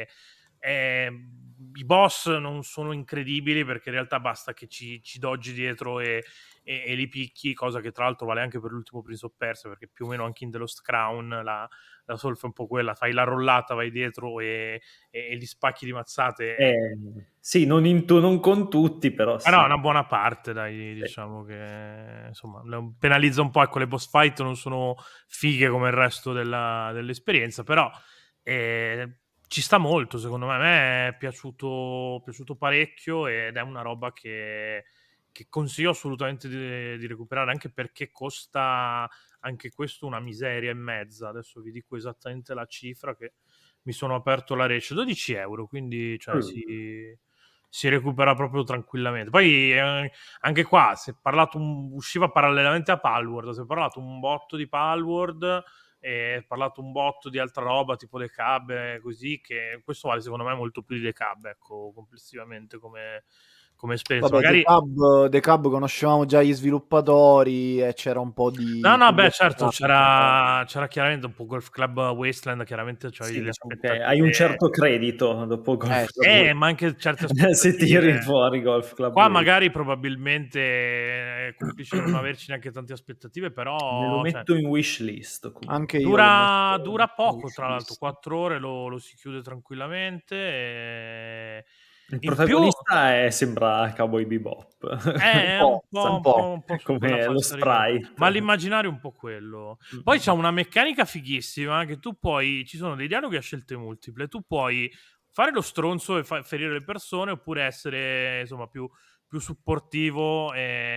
I boss non sono incredibili, perché in realtà basta che ci doggi dietro e li picchi, cosa che tra l'altro vale anche per l'ultimo Prince of Persia, perché più o meno anche in The Lost Crown la solfa è un po' quella: fai la rollata, vai dietro e li spacchi di mazzate. Sì, non con tutti, però Ah no, sì. una buona parte, dai, Sì. diciamo che insomma penalizza un po', ecco, le boss fight non sono fighe come il resto dell'esperienza, però ci sta molto, secondo me. A me è piaciuto parecchio, ed è una roba che consiglio assolutamente di recuperare, anche perché costa anche questo una miseria e mezza. Adesso vi dico esattamente la cifra, che mi sono aperto la rece: 12 euro, quindi cioè, si recupera proprio tranquillamente. Poi anche qua usciva parallelamente a Palworld, si è parlato un botto di Palworld e parlato un botto di altra roba tipo le cab, così, che questo vale secondo me molto più di le cab, ecco, complessivamente come esperienza. Vabbè, Magari The Cub conoscevamo già gli sviluppatori e c'era un po' di no, beh, certo, curiosità. c'era chiaramente un po' Golf Club Wasteland, chiaramente c'avevi Sì, delle diciamo che hai un aspettative. certo credito dopo Golf Sì. Club. Ma anche certe Se tiri aspettative. fuori Golf Club Qua Way. magari probabilmente è complice non averci neanche tante aspettative, Me lo però cioè, metto in wish list Anche comunque. io l'ho messo dura in poco, wish tra l'altro, list. 4 ore lo si chiude tranquillamente. Il In più protagonista sembra Cowboy Bebop. è un po', un po'. su quella Come lo falsariga lì. sprite. Ma l'immaginario è un po' quello. Poi c'ha una meccanica fighissima che tu puoi, ci sono dei dialoghi a scelte multiple, tu puoi fare lo stronzo e ferire le persone oppure essere insomma più supportivo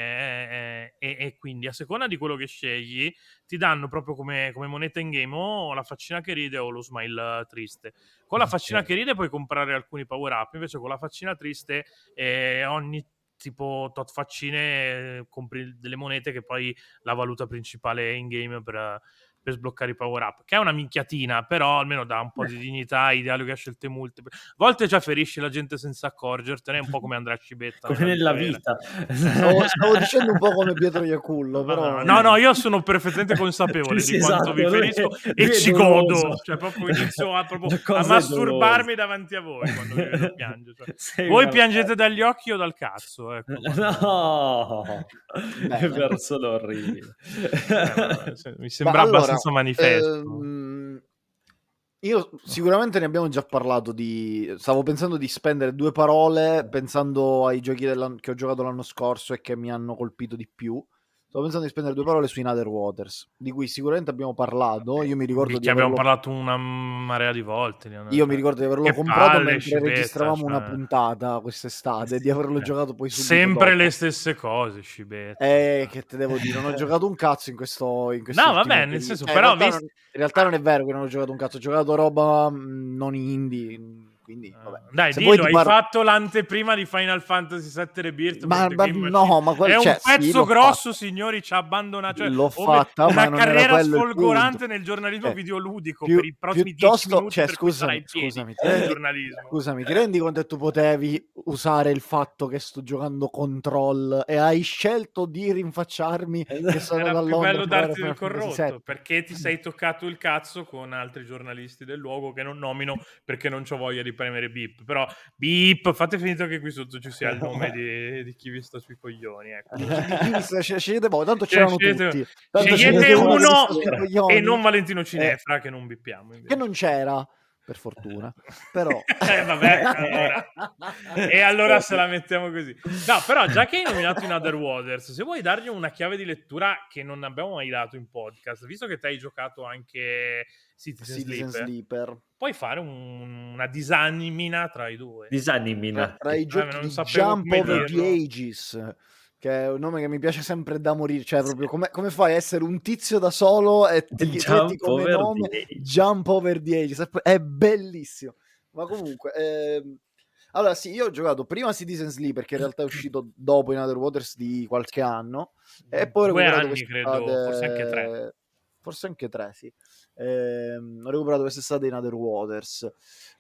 e quindi a seconda di quello che scegli ti danno proprio come moneta in game o la faccina che ride o lo smile triste. Con la faccina che ride puoi comprare alcuni power up, invece con la faccina triste ogni tipo tot faccine compri delle monete che poi la valuta principale in game per sbloccare i power up, che è una minchiatina, però almeno dà un po' di dignità ai dialoghi a scelte multiple. A volte già ferisci la gente senza accorgertene, un po' come Andrea Cibetta come nella vita. Stavo dicendo un po' come Pietro Iacullo, però no, io sono perfettamente consapevole Sì, di quanto vi esatto, ferisco lui e è ci doloso. godo, cioè proprio inizio a La cosa è masturbarmi dolosa. davanti a voi quando vi vedo piangere, cioè, Sei voi malato. piangete dagli occhi o dal cazzo, ecco, No, Bene. che persona orribile. mi sembra allora, abbastanza manifesto. Io sicuramente ne abbiamo già parlato stavo pensando di spendere 2 parole pensando ai giochi che ho giocato l'anno scorso e che mi hanno colpito di più. Stavo pensando di spendere 2 parole su In Other Waters, di cui sicuramente abbiamo parlato. Io mi ricordo di abbiamo averlo parlato una marea di volte. Io mi ricordo di averlo Che comprato palle, mentre Scibetta, registravamo cioè. una puntata quest'estate e di averlo giocato poi subito Sempre dopo. le stesse cose, Scibetta. Che te devo dire, non ho giocato un cazzo in questo No, vabbè, ultimo nel senso, cioè, però in realtà non è vero che non ho giocato un cazzo, ho giocato roba non indie, quindi vabbè. Dai, Se vuoi dillo, ti hai fatto l'anteprima di Final Fantasy VII Rebirth ma per The Game no, Machine. ma È un cioè, sì, pezzo l'ho grosso, fatta. signori, ci ha abbandonato. Cioè, L'ho fatta, una ma non era carriera quello il punto. sfolgorante nel giornalismo videoludico per i prossimi 10 piuttosto, minuti cioè, per cui sarai piedi scusami, giornalismo. ti rendi conto che tu potevi usare il fatto che sto giocando Control e hai scelto di rinfacciarmi che sono Era da più Londra bello a giocare a darti del Final Fantasy corrotto VII. perché ti sei toccato il cazzo con altri giornalisti del luogo che non nomino perché non c'ho voglia di premere beep. Però beep, fate finito che qui sotto ci sia il nome di chi vi sta sui coglioni, ecco. Di chi vi scegliete voi, tanto c'erano tutti. Tanto Scegliete uno che vi uno sta sui e coglioni, non Valentino Cinefra che non bippiamo invece. che non c'era, per fortuna, però vabbè, allora se la mettiamo così. No, però già che hai nominato In Other Waters, se vuoi dargli una chiave di lettura che non abbiamo mai dato in podcast, visto che te hai giocato anche Citizen Sleeper, puoi fare una disanimina tra i due. Disanimina. tra i giochi di Jump Over the Ages, che è un nome che mi piace sempre da morire, cioè proprio come fai a essere un tizio da solo e ti metti come nome Jump Over the Ages, è bellissimo. Ma comunque allora sì, io ho giocato prima Citizen Sleeper, che in realtà è uscito dopo In Other Waters di qualche anno, e poi ho recuperato 2 anni credo, forse anche 3 sì. Ho recuperato quest'estate In Other Waters.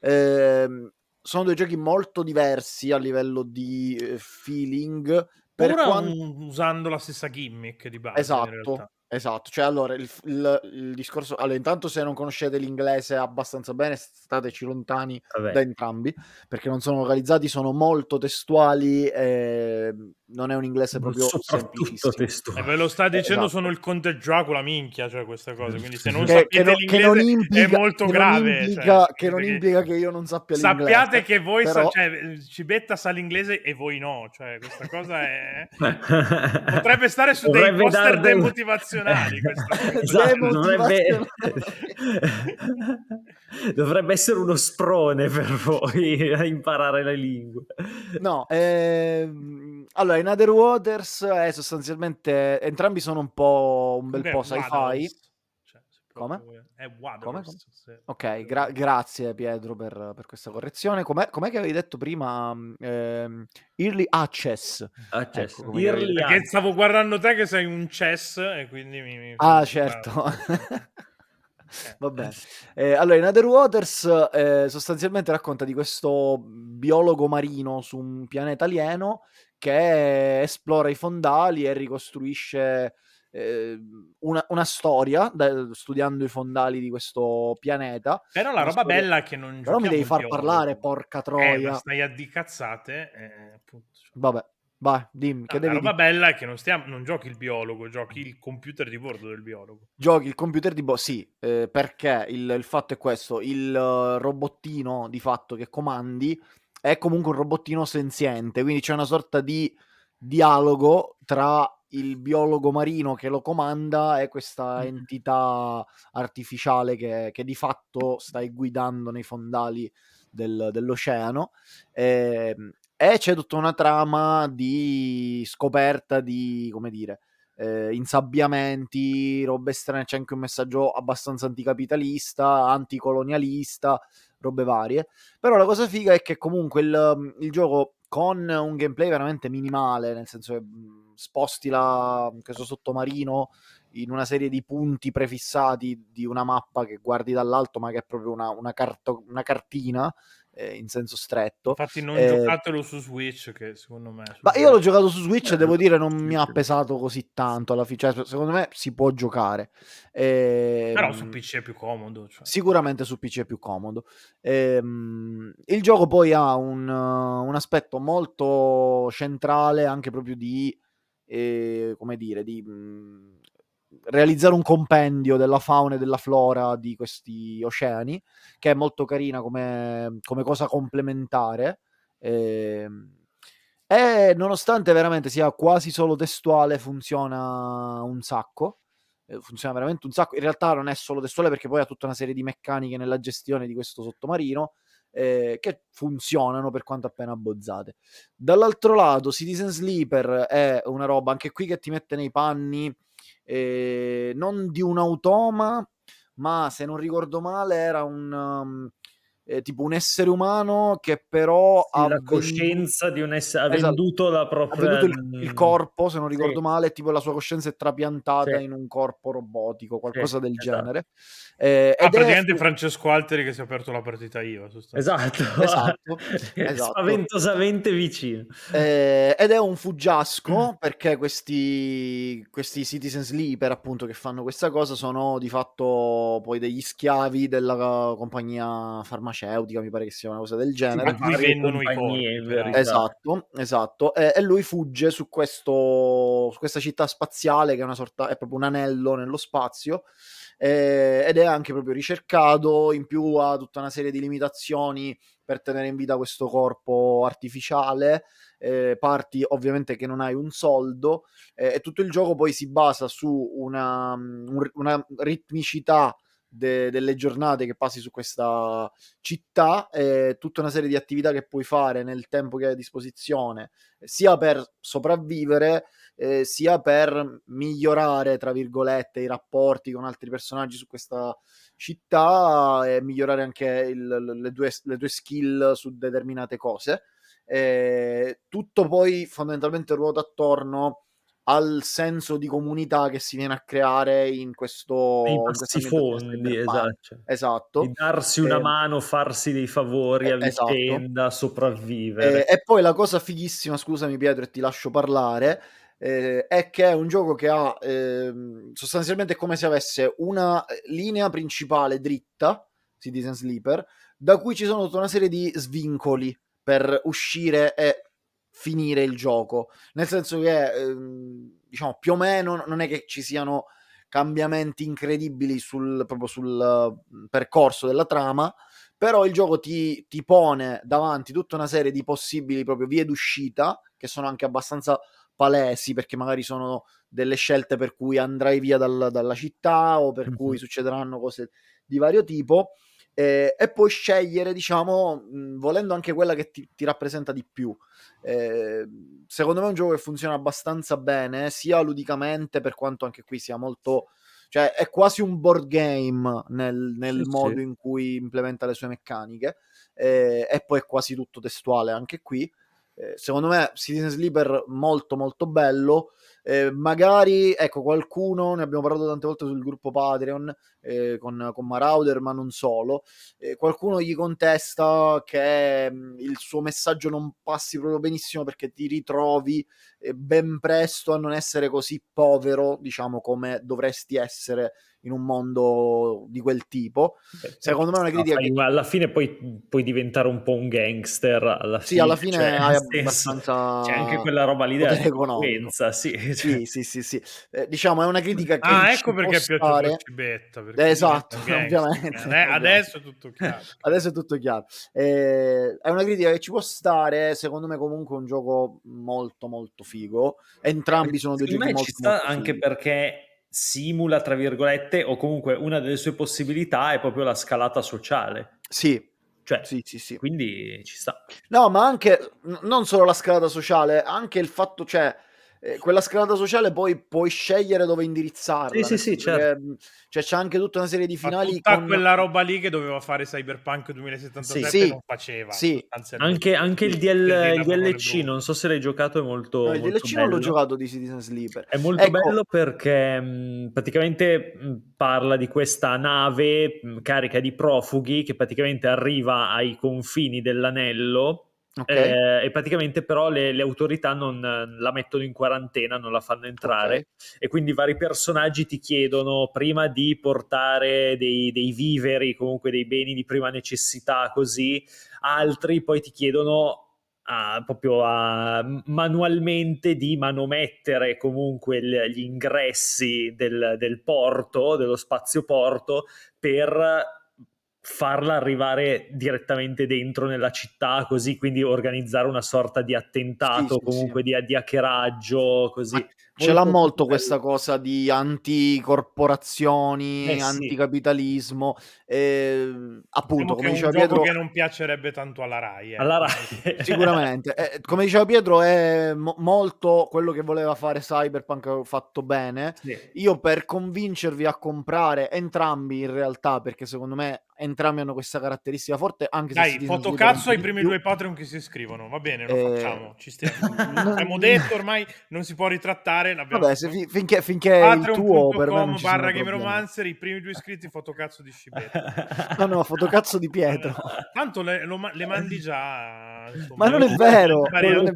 Sono 2 giochi molto diversi a livello di feeling, usando la stessa gimmick di base, esatto, in realtà. Esatto, cioè allora il discorso, allora intanto se non conoscete l'inglese abbastanza bene stateci lontani da entrambi, perché non sono localizzati, sono molto testuali, non è un inglese proprio semplicissimo. Ve lo sta dicendo, esatto. sono il Conte Dracula, minchia, cioè questa cosa, quindi se non sapete l'inglese che non implica, è molto grave. Che non implica che io non sappia l'inglese. Sappiate che voi però... Cibetta sa l'inglese e voi no, cioè questa cosa è... potrebbe stare su dei poster demotivazionali. Dovrebbe essere uno sprone per voi a imparare le lingue. No, allora In Other Waters è sostanzialmente, entrambi sono un po' un bel po' sci-fi. Come? È Waters. Ok, grazie Pietro per questa correzione. Com'è che avevi detto prima? Early Access. Ecco, perché stavo guardando te che sei un chess e quindi certo. Vabbè. Allora, In Other Waters sostanzialmente racconta di questo biologo marino su un pianeta alieno che esplora i fondali e ricostruisce una storia studiando i fondali di questo pianeta. Però la roba bella è che non però mi devi far parlare, porca troia. Ma stai a di cazzate, appunto. Vabbè, vai, dimmi. Che la roba bella è che non giochi il biologo, giochi il computer di bordo del biologo. Giochi il computer di bordo, sì, perché il fatto è questo, il robottino di fatto che comandi è comunque un robottino senziente, quindi c'è una sorta di dialogo tra il biologo marino che lo comanda e questa entità artificiale che di fatto stai guidando nei fondali dell'oceano. E c'è tutta una trama di scoperta di, come dire, insabbiamenti, robe strane. C'è anche un messaggio abbastanza anticapitalista, anticolonialista, robe varie. Però la cosa figa è che comunque il gioco, con un gameplay veramente minimale, nel senso che sposti questo sottomarino in una serie di punti prefissati di una mappa che guardi dall'alto, ma che è proprio una cartina, in senso stretto. Infatti non giocatelo su Switch, che secondo me... Ma io l'ho giocato su Switch e devo dire non sì, mi ha pesato così tanto alla fine. Cioè, secondo me si può giocare. Però su PC è più comodo. Cioè. Sicuramente su PC è più comodo. Il gioco poi ha un aspetto molto centrale anche proprio di, come dire, di realizzare un compendio della fauna e della flora di questi oceani, che è molto carina come cosa complementare. E nonostante veramente sia quasi solo testuale, funziona un sacco. Funziona veramente un sacco. In realtà non è solo testuale, perché poi ha tutta una serie di meccaniche nella gestione di questo sottomarino che funzionano per quanto appena abbozzate. Dall'altro lato, Citizen Sleeper è una roba anche qui che ti mette nei panni non di un automa, ma se non ricordo male era tipo un essere umano che però ha la coscienza di un essere, ha esatto, venduto la ha propria... venduto il corpo, se non ricordo Sì. male, tipo la sua coscienza è trapiantata Sì. in un corpo robotico, qualcosa del Esatto. genere. Ed praticamente Francesco Alteri che si è aperto la partita IVA, Esatto. esatto. Spaventosamente vicino. Ed è un fuggiasco, perché questi Citizen Sleeper, appunto, che fanno questa cosa, sono di fatto poi degli schiavi della compagnia farmaceutica, mi pare che sia una cosa del genere. A cui vendono i corpi. Esatto. E lui fugge su questa città spaziale, che è una sorta, è proprio un anello nello spazio, ed è anche proprio ricercato. In più ha tutta una serie di limitazioni per tenere in vita questo corpo artificiale. Parti ovviamente che non hai un soldo, e tutto il gioco poi si basa su una ritmicità delle giornate che passi su questa città, tutta una serie di attività che puoi fare nel tempo che hai a disposizione, sia per sopravvivere, sia per migliorare, tra virgolette, i rapporti con altri personaggi su questa città, e migliorare anche le tue skill su determinate cose. Tutto poi fondamentalmente ruota attorno al senso di comunità che si viene a creare in questo nei passi fondi, esatto, di darsi una mano, farsi dei favori a vicenda, sopravvivere. E poi la cosa fighissima, scusami Pietro e ti lascio parlare, è che è un gioco che ha sostanzialmente come se avesse una linea principale dritta, Citizen Sleeper, da cui ci sono tutta una serie di svincoli per uscire e finire il gioco, nel senso che diciamo più o meno non è che ci siano cambiamenti incredibili proprio sul percorso della trama, però il gioco ti pone davanti tutta una serie di possibili proprio vie d'uscita, che sono anche abbastanza palesi, perché magari sono delle scelte per cui andrai via dalla città, o per cui succederanno cose di vario tipo, e puoi scegliere, diciamo, volendo anche quella che ti rappresenta di più. Secondo me è un gioco che funziona abbastanza bene, sia ludicamente, per quanto anche qui sia molto, cioè è quasi un board game nel modo in cui implementa le sue meccaniche, e poi è quasi tutto testuale anche qui. Secondo me Citizen Sleeper molto molto bello. Magari, ecco, qualcuno, ne abbiamo parlato tante volte sul gruppo Patreon, con Marauder, ma non solo, qualcuno gli contesta che il suo messaggio non passi proprio benissimo, perché ti ritrovi ben presto a non essere così povero, diciamo, come dovresti essere in un mondo di quel tipo. Secondo me è una critica che alla fine puoi diventare un po' un gangster alla fine. Sì, alla fine cioè, hai abbastanza c'è anche quella roba lì della potere economico. sì. Sì. Diciamo, è una critica che ecco perché è piaciuto Scibetta. Esatto, ovviamente. Adesso è tutto chiaro. Adesso è tutto chiaro. È una critica che ci può stare, secondo me comunque è un gioco molto molto figo. Entrambi sono due giochi molto ci sta, molto anche fighi. perché simula, tra virgolette, o comunque una delle sue possibilità è proprio la scalata sociale. Sì. Cioè, sì. Quindi ci sta. No, ma anche non solo la scalata sociale, anche il fatto, cioè, quella scalata sociale poi puoi scegliere dove indirizzarla. Sì, certo. Cioè, c'è anche tutta una serie di finali tutta quella roba lì che doveva fare Cyberpunk 2077 non faceva. Sì. Anche il DLC, non so se l'hai giocato, è molto, no, il molto DLC bello. non l'ho giocato di Citizen Sleeper. È molto bello perché praticamente parla di questa nave carica di profughi che praticamente arriva ai confini dell'anello. E praticamente però le autorità non la mettono in quarantena, non la fanno entrare, e quindi vari personaggi ti chiedono, prima di portare dei viveri, comunque dei beni di prima necessità, così, altri poi ti chiedono proprio manualmente di manomettere comunque gli ingressi del porto, dello spazio porto, per farla arrivare direttamente dentro nella città, così, quindi organizzare una sorta di attentato, comunque di hackeraggio, così. Ce l'ha molto questa cosa di anticorporazioni, anticapitalismo, appunto, come diceva Pietro, che non piacerebbe tanto alla Rai. Alla Rai. Sicuramente. Come diceva Pietro, è molto quello che voleva fare Cyberpunk fatto bene. Io, per convincervi a comprare entrambi, in realtà, perché secondo me entrambi hanno questa caratteristica forte, anche se fotocazzo ai primi 2 Patreon che si iscrivono, va bene, lo facciamo, ci stiamo. Abbiamo detto, ormai non si può ritrattare. Vabbè, finché il tuo per me non ci sono /GameRomancer, i primi 2 iscritti fotocazzo di Scibetta. No, fotocazzo di Pietro. Tanto le mandi già, insomma. Ma non è vero, non è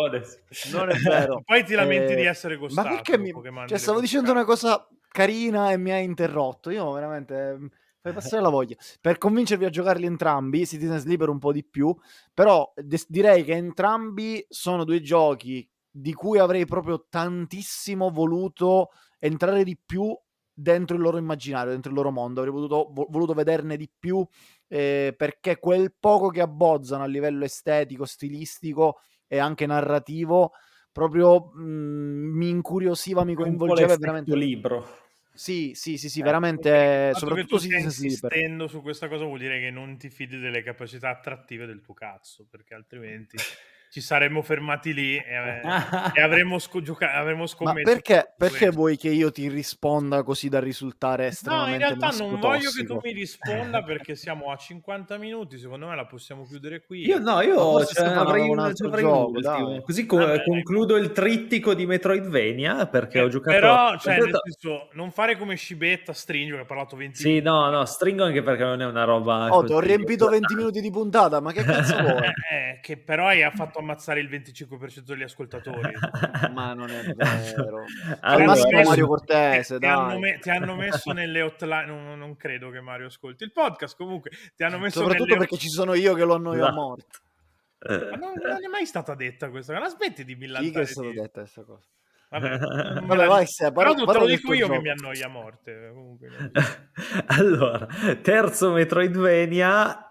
vero. Poi ti lamenti di essere costato. Ma perché stavo dicendo una cosa carina e mi hai interrotto. Io veramente fai passare la voglia. Per convincervi a giocarli entrambi, Citizen Sleeper un po' di più, però direi che entrambi sono due giochi di cui avrei proprio tantissimo voluto entrare di più dentro il loro immaginario, dentro il loro mondo. Avrei voluto vederne di più, perché quel poco che abbozzano a livello estetico, stilistico e anche narrativo proprio mi incuriosiva, mi coinvolgeva veramente. Libro. Sì, veramente, soprattutto se tu stai insistendo su questa cosa, vuol dire che non ti fidi delle capacità attrattive del tuo cazzo, perché altrimenti ci saremmo fermati lì e avremmo scommesso. Ma perché vuoi che io ti risponda così da risultare estremamente in realtà non voglio che tu tossico? mi risponda, perché siamo a 50 minuti, secondo me la possiamo chiudere qui. Io avrei un altro gioco, così concludo il trittico di Metroidvania, perché ho giocato. Però, nel senso, non fare come Scibetta, stringo, che ha parlato 20 minuti. Sì, no, stringo anche perché non è una roba. Ti ho riempito 20 minuti di puntata, ma che cazzo vuoi? Che però hai fatto ammazzare il 25% degli ascoltatori. Ma non è vero. Mario Cortese, ti hanno messo nelle hotline. Non credo che Mario ascolti il podcast, comunque ti hanno messo soprattutto perché ci sono io che lo annoio a morte. Ma non è mai stata detta questa cosa. Aspetti di millantare. Sì che è stata detta questa cosa. Vabbè, vai, però te lo dico io che mi annoia a morte. Comunque. Allora, terzo Metroidvania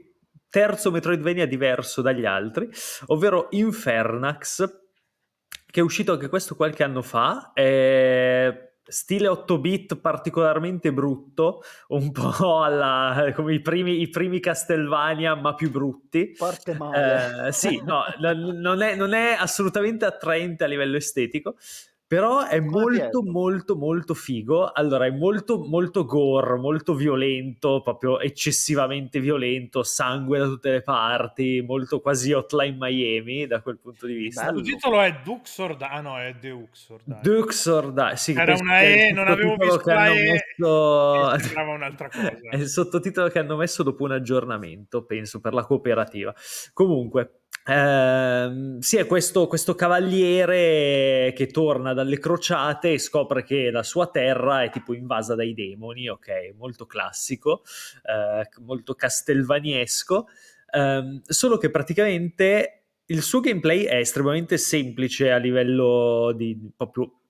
diverso dagli altri, ovvero Infernax, che è uscito anche questo qualche anno fa, stile 8-bit particolarmente brutto, un po' come i primi Castlevania, ma più brutti. Parte male. Sì, no, non è assolutamente attraente a livello estetico, però è molto molto molto figo. Allora, è molto molto gore, molto violento, proprio eccessivamente violento, sangue da tutte le parti, molto quasi Hotline Miami da quel punto di vista. Il titolo è Duxor, no, è The Uxor, dai. Duxor, sì, era una E, non avevo visto la E, sembrava un'altra cosa. È il sottotitolo che hanno messo dopo un aggiornamento, penso, per la cooperativa. Comunque, sì, è questo cavaliere che torna dalle crociate e scopre che la sua terra è tipo invasa dai demoni, ok, molto classico, molto castelvaniesco, solo che praticamente il suo gameplay è estremamente semplice a livello di proprio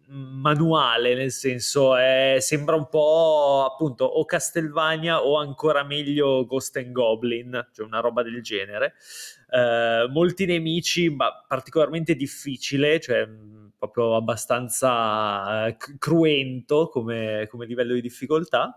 manuale, nel senso sembra un po' appunto o Castlevania o ancora meglio Ghost and Goblin, cioè una roba del genere. Molti nemici, ma particolarmente difficile, cioè proprio abbastanza cruento come livello di difficoltà.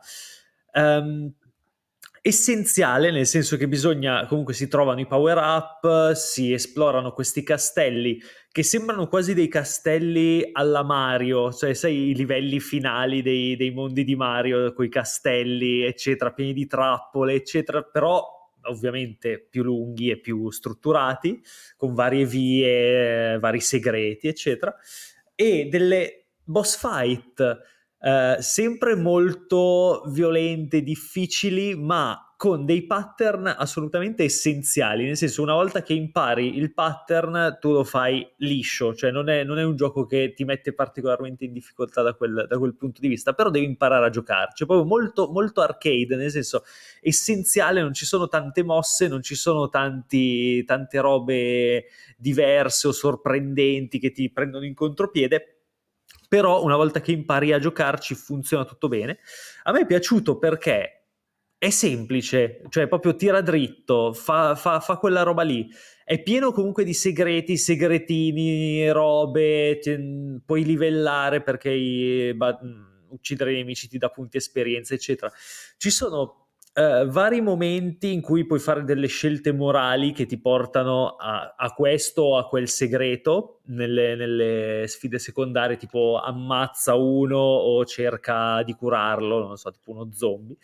Essenziale, nel senso che comunque si trovano i power up, si esplorano questi castelli che sembrano quasi dei castelli alla Mario, cioè sai i livelli finali dei mondi di Mario, coi castelli eccetera, pieni di trappole eccetera, però ovviamente più lunghi e più strutturati, con varie vie, vari segreti eccetera, e delle boss fight sempre molto violente, difficili, ma con dei pattern assolutamente essenziali, nel senso una volta che impari il pattern tu lo fai liscio, cioè non è un gioco che ti mette particolarmente in difficoltà da quel punto di vista, però devi imparare a giocarci, è proprio molto, molto arcade, nel senso essenziale, non ci sono tante mosse, non ci sono tante robe diverse o sorprendenti che ti prendono in contropiede, però una volta che impari a giocarci funziona tutto bene. A me è piaciuto perché è semplice, cioè proprio tira dritto, fa quella roba lì, è pieno comunque di segreti, segretini, robe, puoi livellare perché uccidere i nemici ti dà punti esperienza eccetera. Ci sono vari momenti in cui puoi fare delle scelte morali che ti portano a questo o a quel segreto nelle sfide secondarie, tipo ammazza uno o cerca di curarlo, non so, tipo uno zombie.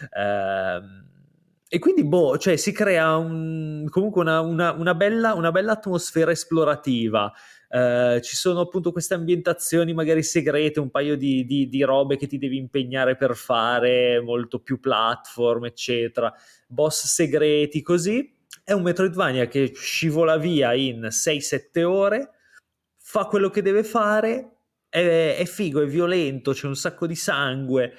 E quindi cioè si crea comunque una bella atmosfera esplorativa. Ci sono appunto queste ambientazioni magari segrete, un paio di robe che ti devi impegnare per fare, molto più platform eccetera, boss segreti così. È un Metroidvania che scivola via in 6-7 ore, fa quello che deve fare, è figo, è violento, c'è un sacco di sangue,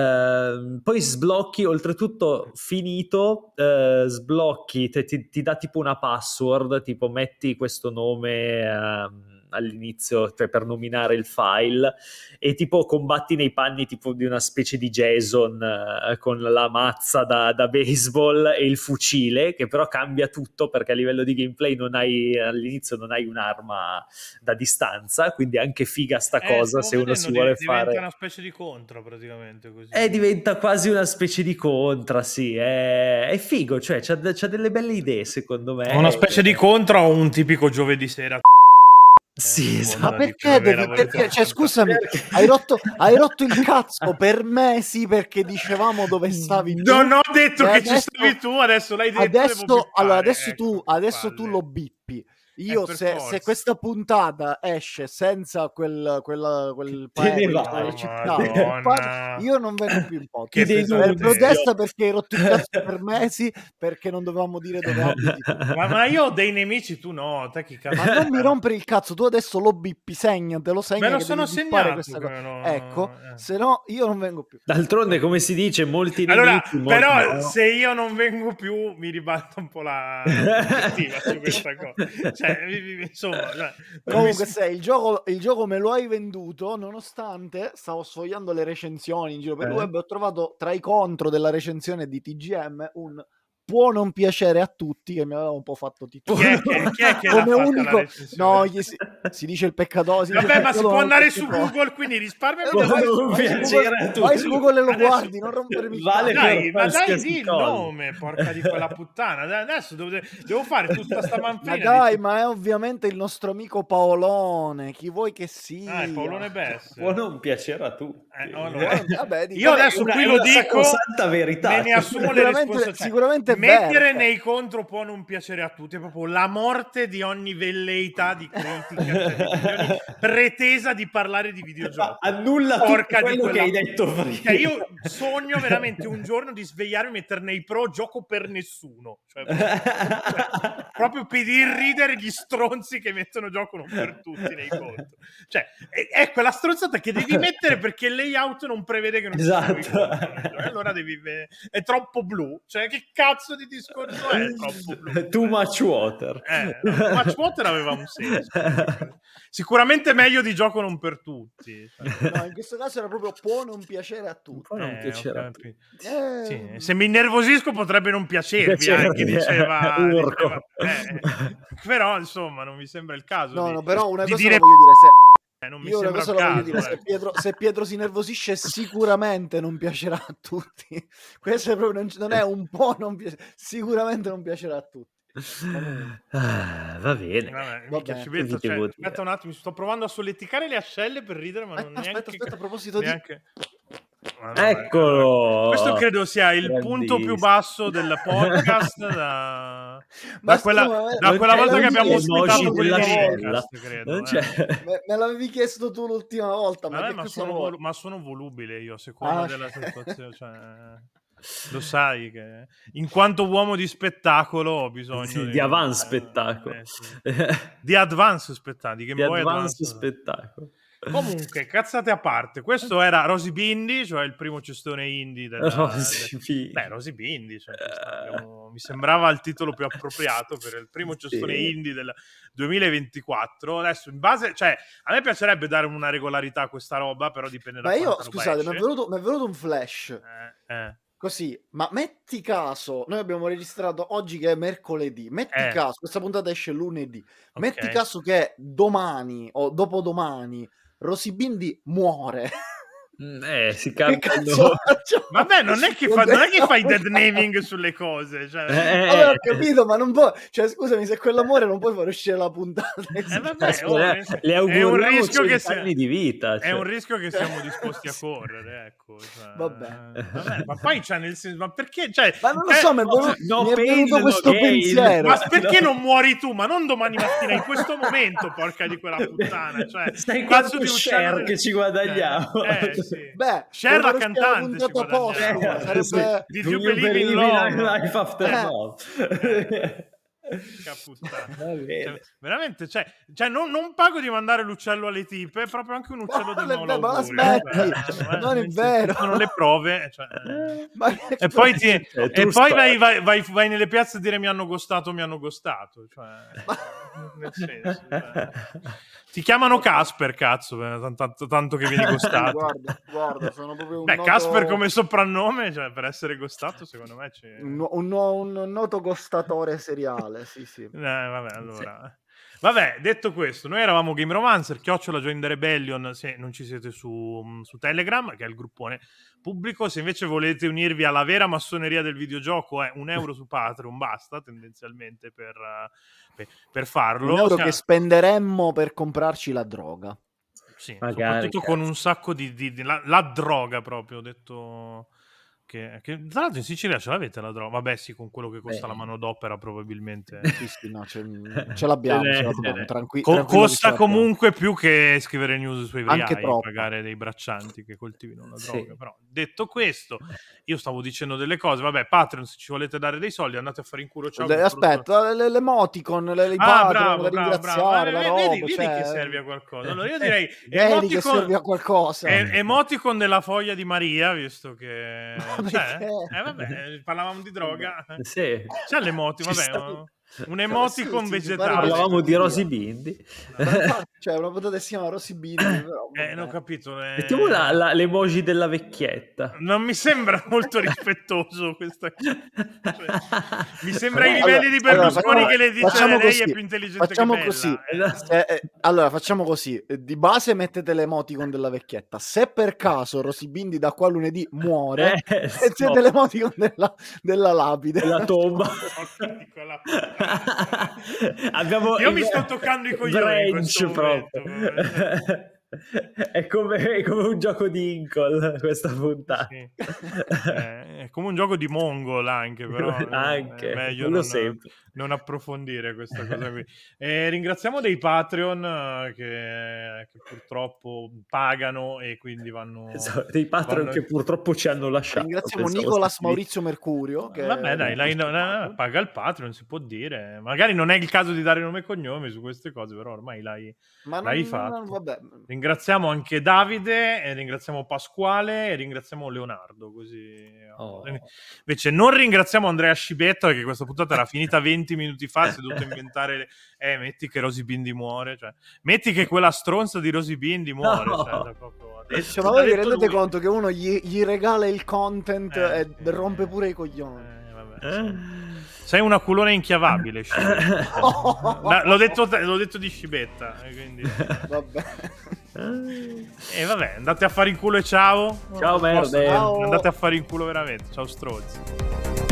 poi sblocchi, oltretutto finito, sblocchi, ti dà tipo una password, tipo metti questo nome all'inizio, cioè per nominare il file, e tipo combatti nei panni tipo di una specie di Jason con la mazza da baseball e il fucile, che però cambia tutto perché a livello di gameplay all'inizio non hai un'arma da distanza, quindi anche figa sta cosa se uno si vuole diventa fare. una specie di contra praticamente così. Diventa quasi una specie di contra, sì, è figo, cioè c'ha delle belle idee secondo me. Una specie di contra o un tipico giovedì sera. Sì, esatto. Ma perché? Cioè, scusami, hai rotto il cazzo per mesi perché dicevamo dove stavi tu. Non ho detto che adesso, ci stavi tu, adesso l'hai detto. Adesso tu lo bippi. Io se questa puntata esce senza quel paese, quella città, io non vengo più in podcast. Per protesta perché hai rotto il cazzo per mesi, perché non dovevamo dire dove abiti tu. Ma io ho dei nemici, tu no, te chi cazzo. Ma non mi rompere il cazzo, tu adesso lo bippi, segnatelo, Me lo che sono devi bippare segnato questa cosa. no, ecco, se no io non vengo più. D'altronde, come si dice, molti allora, nemici, però no. se io non vengo più mi ribalta un po' la prospettiva su questa cosa. Cioè, insomma, comunque il gioco me lo hai venduto, nonostante stavo sfogliando le recensioni in giro per il web, ho trovato tra i contro della recensione di TGM un può non piacere a tutti, che mi aveva un po' fatto titolare. Chi è che l'ha fatta la recensione? No, si dice il peccatoso. Vabbè, ma si può andare su Google, quindi risparmiami. Vai su Google e lo guardi, non rompermi il cazzo. Ma dai, di il nome, porca di quella puttana. Adesso devo fare tutta sta manfrina. Ma dai, ma è ovviamente il nostro amico Paolone, chi vuoi che sia. È Paolone Best. Può non piacere a tutti. Io adesso qui lo dico, verità. me ne assumo le responsabilità. Sicuramente mettere nei contro può non piacere a tutti, è proprio la morte di ogni velleità di critica pretesa di parlare di videogiochi. Annulla porca tutto quello di che hai detto prima. Cioè, io sogno veramente un giorno di svegliarmi e mettere nei pro gioco per nessuno, proprio per irridere gli stronzi che mettono gioco non per tutti nei contro. Cioè, è quella stronzata che devi mettere perché il layout non prevede che non ci siano i contro. Allora è troppo blu. Cioè, che cazzo di discorso è troppo blu? Too much water. Too much water aveva un senso. Sicuramente meglio di Gioco non per tutti. No, in questo caso era proprio può non piacere a tutti. Può non piacere a tutti. Sì, se mi innervosisco potrebbe non piacervi, anche diceva Urco. però insomma non mi sembra il caso No, però una di cosa dire la voglio dire, non mi io una sembra cosa il la voglio caso, dire, se Pietro si innervosisce sicuramente non piacerà a tutti. Questo è proprio, non è un po' non sicuramente non piacerà a tutti. Va bene. Aspetta un attimo, sto provando a solleticare le ascelle per ridere, ma non aspetta, a proposito neanche... Eccolo! Questo credo sia il punto più basso del podcast da quella volta che abbiamo ospitato quelli di Rincast, credo. Me l'avevi chiesto tu l'ultima volta, ma sono volubile io a seconda della situazione, cioè... Lo sai che in quanto uomo di spettacolo ho bisogno di advance spettacolo, di advance spettacolo, di Game Boy Advance spettacolo. Comunque, cazzate a parte, questo era Rosy Bindi, cioè il primo cestone indie Rosy Bindi, cioè, mi sembrava il titolo più appropriato per il primo cestone indie del 2024. Adesso in base, cioè, a me piacerebbe dare una regolarità a questa roba, però dipende da quanta roba scusate, esce. mi è venuto un flash. Così, ma metti caso, noi abbiamo registrato oggi che è mercoledì, metti caso, questa puntata esce lunedì, metti caso che domani o dopodomani Rosy Bindi muore. Si cambiano. Vabbè, non è che fai dead naming sulle cose, cioè. Vabbè, ho capito, ma non può, cioè scusami, se quell'amore non puoi far uscire la puntata. Le auguriamo 100 anni di vita, cioè. È un rischio che siamo disposti a correre, ecco, cioè. Vabbè, ma poi c'è nel senso, ma perché, cioè, ma non lo so, mi è venuto questo pensiero. Ma perché non muori tu? Ma non domani mattina, in questo momento, porca di quella puttana, cioè. Stai quanto di share che ci guadagniamo. Sì. Beh, Share la cantante sarebbe Did you believe in love? Life after love. Cioè, veramente, cioè non pago di mandare l'uccello alle tipe, è proprio anche un uccello del non l'augurio. Non è vero, sono le prove, cioè. E poi vai nelle piazze a dire mi hanno gostato, cioè, nel senso, cioè. Ti chiamano Casper, cazzo, tanto che vieni gostato. Guarda, sono proprio un Casper come soprannome, cioè, per essere gostato, secondo me c'è un noto gostatore seriale, sì. Vabbè, allora. Vabbè, detto questo, noi eravamo Game Romancer, @Join the Rebellion, se non ci siete su Telegram, che è il gruppone pubblico. Se invece volete unirvi alla vera massoneria del videogioco, è €1 su Patreon, basta, tendenzialmente, per farlo. €1 che spenderemmo per comprarci la droga. Sì, soprattutto con un sacco di la droga, proprio, ho detto... Che tra l'altro in Sicilia ce l'avete la droga? Vabbè, sì, con quello che costa la manodopera probabilmente. Sì, no, ce l'abbiamo, tranquillo. Costa comunque più che scrivere news sui anche e pagare dei braccianti che coltivino la droga. Però, detto questo, io stavo dicendo delle cose. Vabbè, Patreon, se ci volete dare dei soldi, andate a fare in culo. Ciao. Aspetta, l'emoticon, i Patreon, da ringraziare, la roba. Vedi che serve a qualcosa. Allora io direi emoticon, che serve a qualcosa. Emoticon della foglia di Maria, visto che... vabbè, parlavamo di droga. Sì. C'è l'emoticon, vabbè, un emoticon vegetale. Parlavamo di Rosy Bindi. Cioè, una puntata si chiama Rosy Bindi. Però, non ho capito. Mettiamo l'emoji della vecchietta. Non mi sembra molto rispettoso questa cosa. Cioè, mi sembra ai livelli di Berlusconi che le dice lei è più intelligente che bella. Allora, facciamo così. Di base mettete l'emoticon della vecchietta. Se per caso Rosy Bindi da qua lunedì muore, mettete l'emoticon della lapide. Della tomba. Io mi sto toccando i coglioni in questo momento. È come un gioco di Inkle questa puntata. Sì. È come un gioco di Mongol anche, però anche, è meglio non approfondire questa cosa qui. Ringraziamo dei Patreon che purtroppo pagano e quindi vanno... dei Patreon che purtroppo ci hanno lasciato. Ringraziamo Nicolas Maurizio Mercurio che vabbè dai, paga il Patreon, si può dire. Magari non è il caso di dare nome e cognome su queste cose, però ormai l'hai fatto. Vabbè. Ringraziamo anche Davide, ringraziamo Pasquale e ringraziamo Leonardo, così. Invece non ringraziamo Andrea Scibetta, perché questa puntata era finita 20 20 minuti fa si è dovuto inventare metti che Rosy Bindi muore, cioè, metti che quella stronza di Rosy Bindi muore, No. cioè, proprio adesso, Cioè, ma voi vi l'ha detto rendete lui. conto che uno gli regala il content e Sì. rompe pure i coglioni? Vabbè, sì. Sei una culona inchiavabile, Scibetta. L'ho detto di Scibetta, quindi Vabbè. vabbè, andate a fare in culo e ciao. Ciao, merde. Ciao. Andate a fare in culo veramente. Ciao stronzi.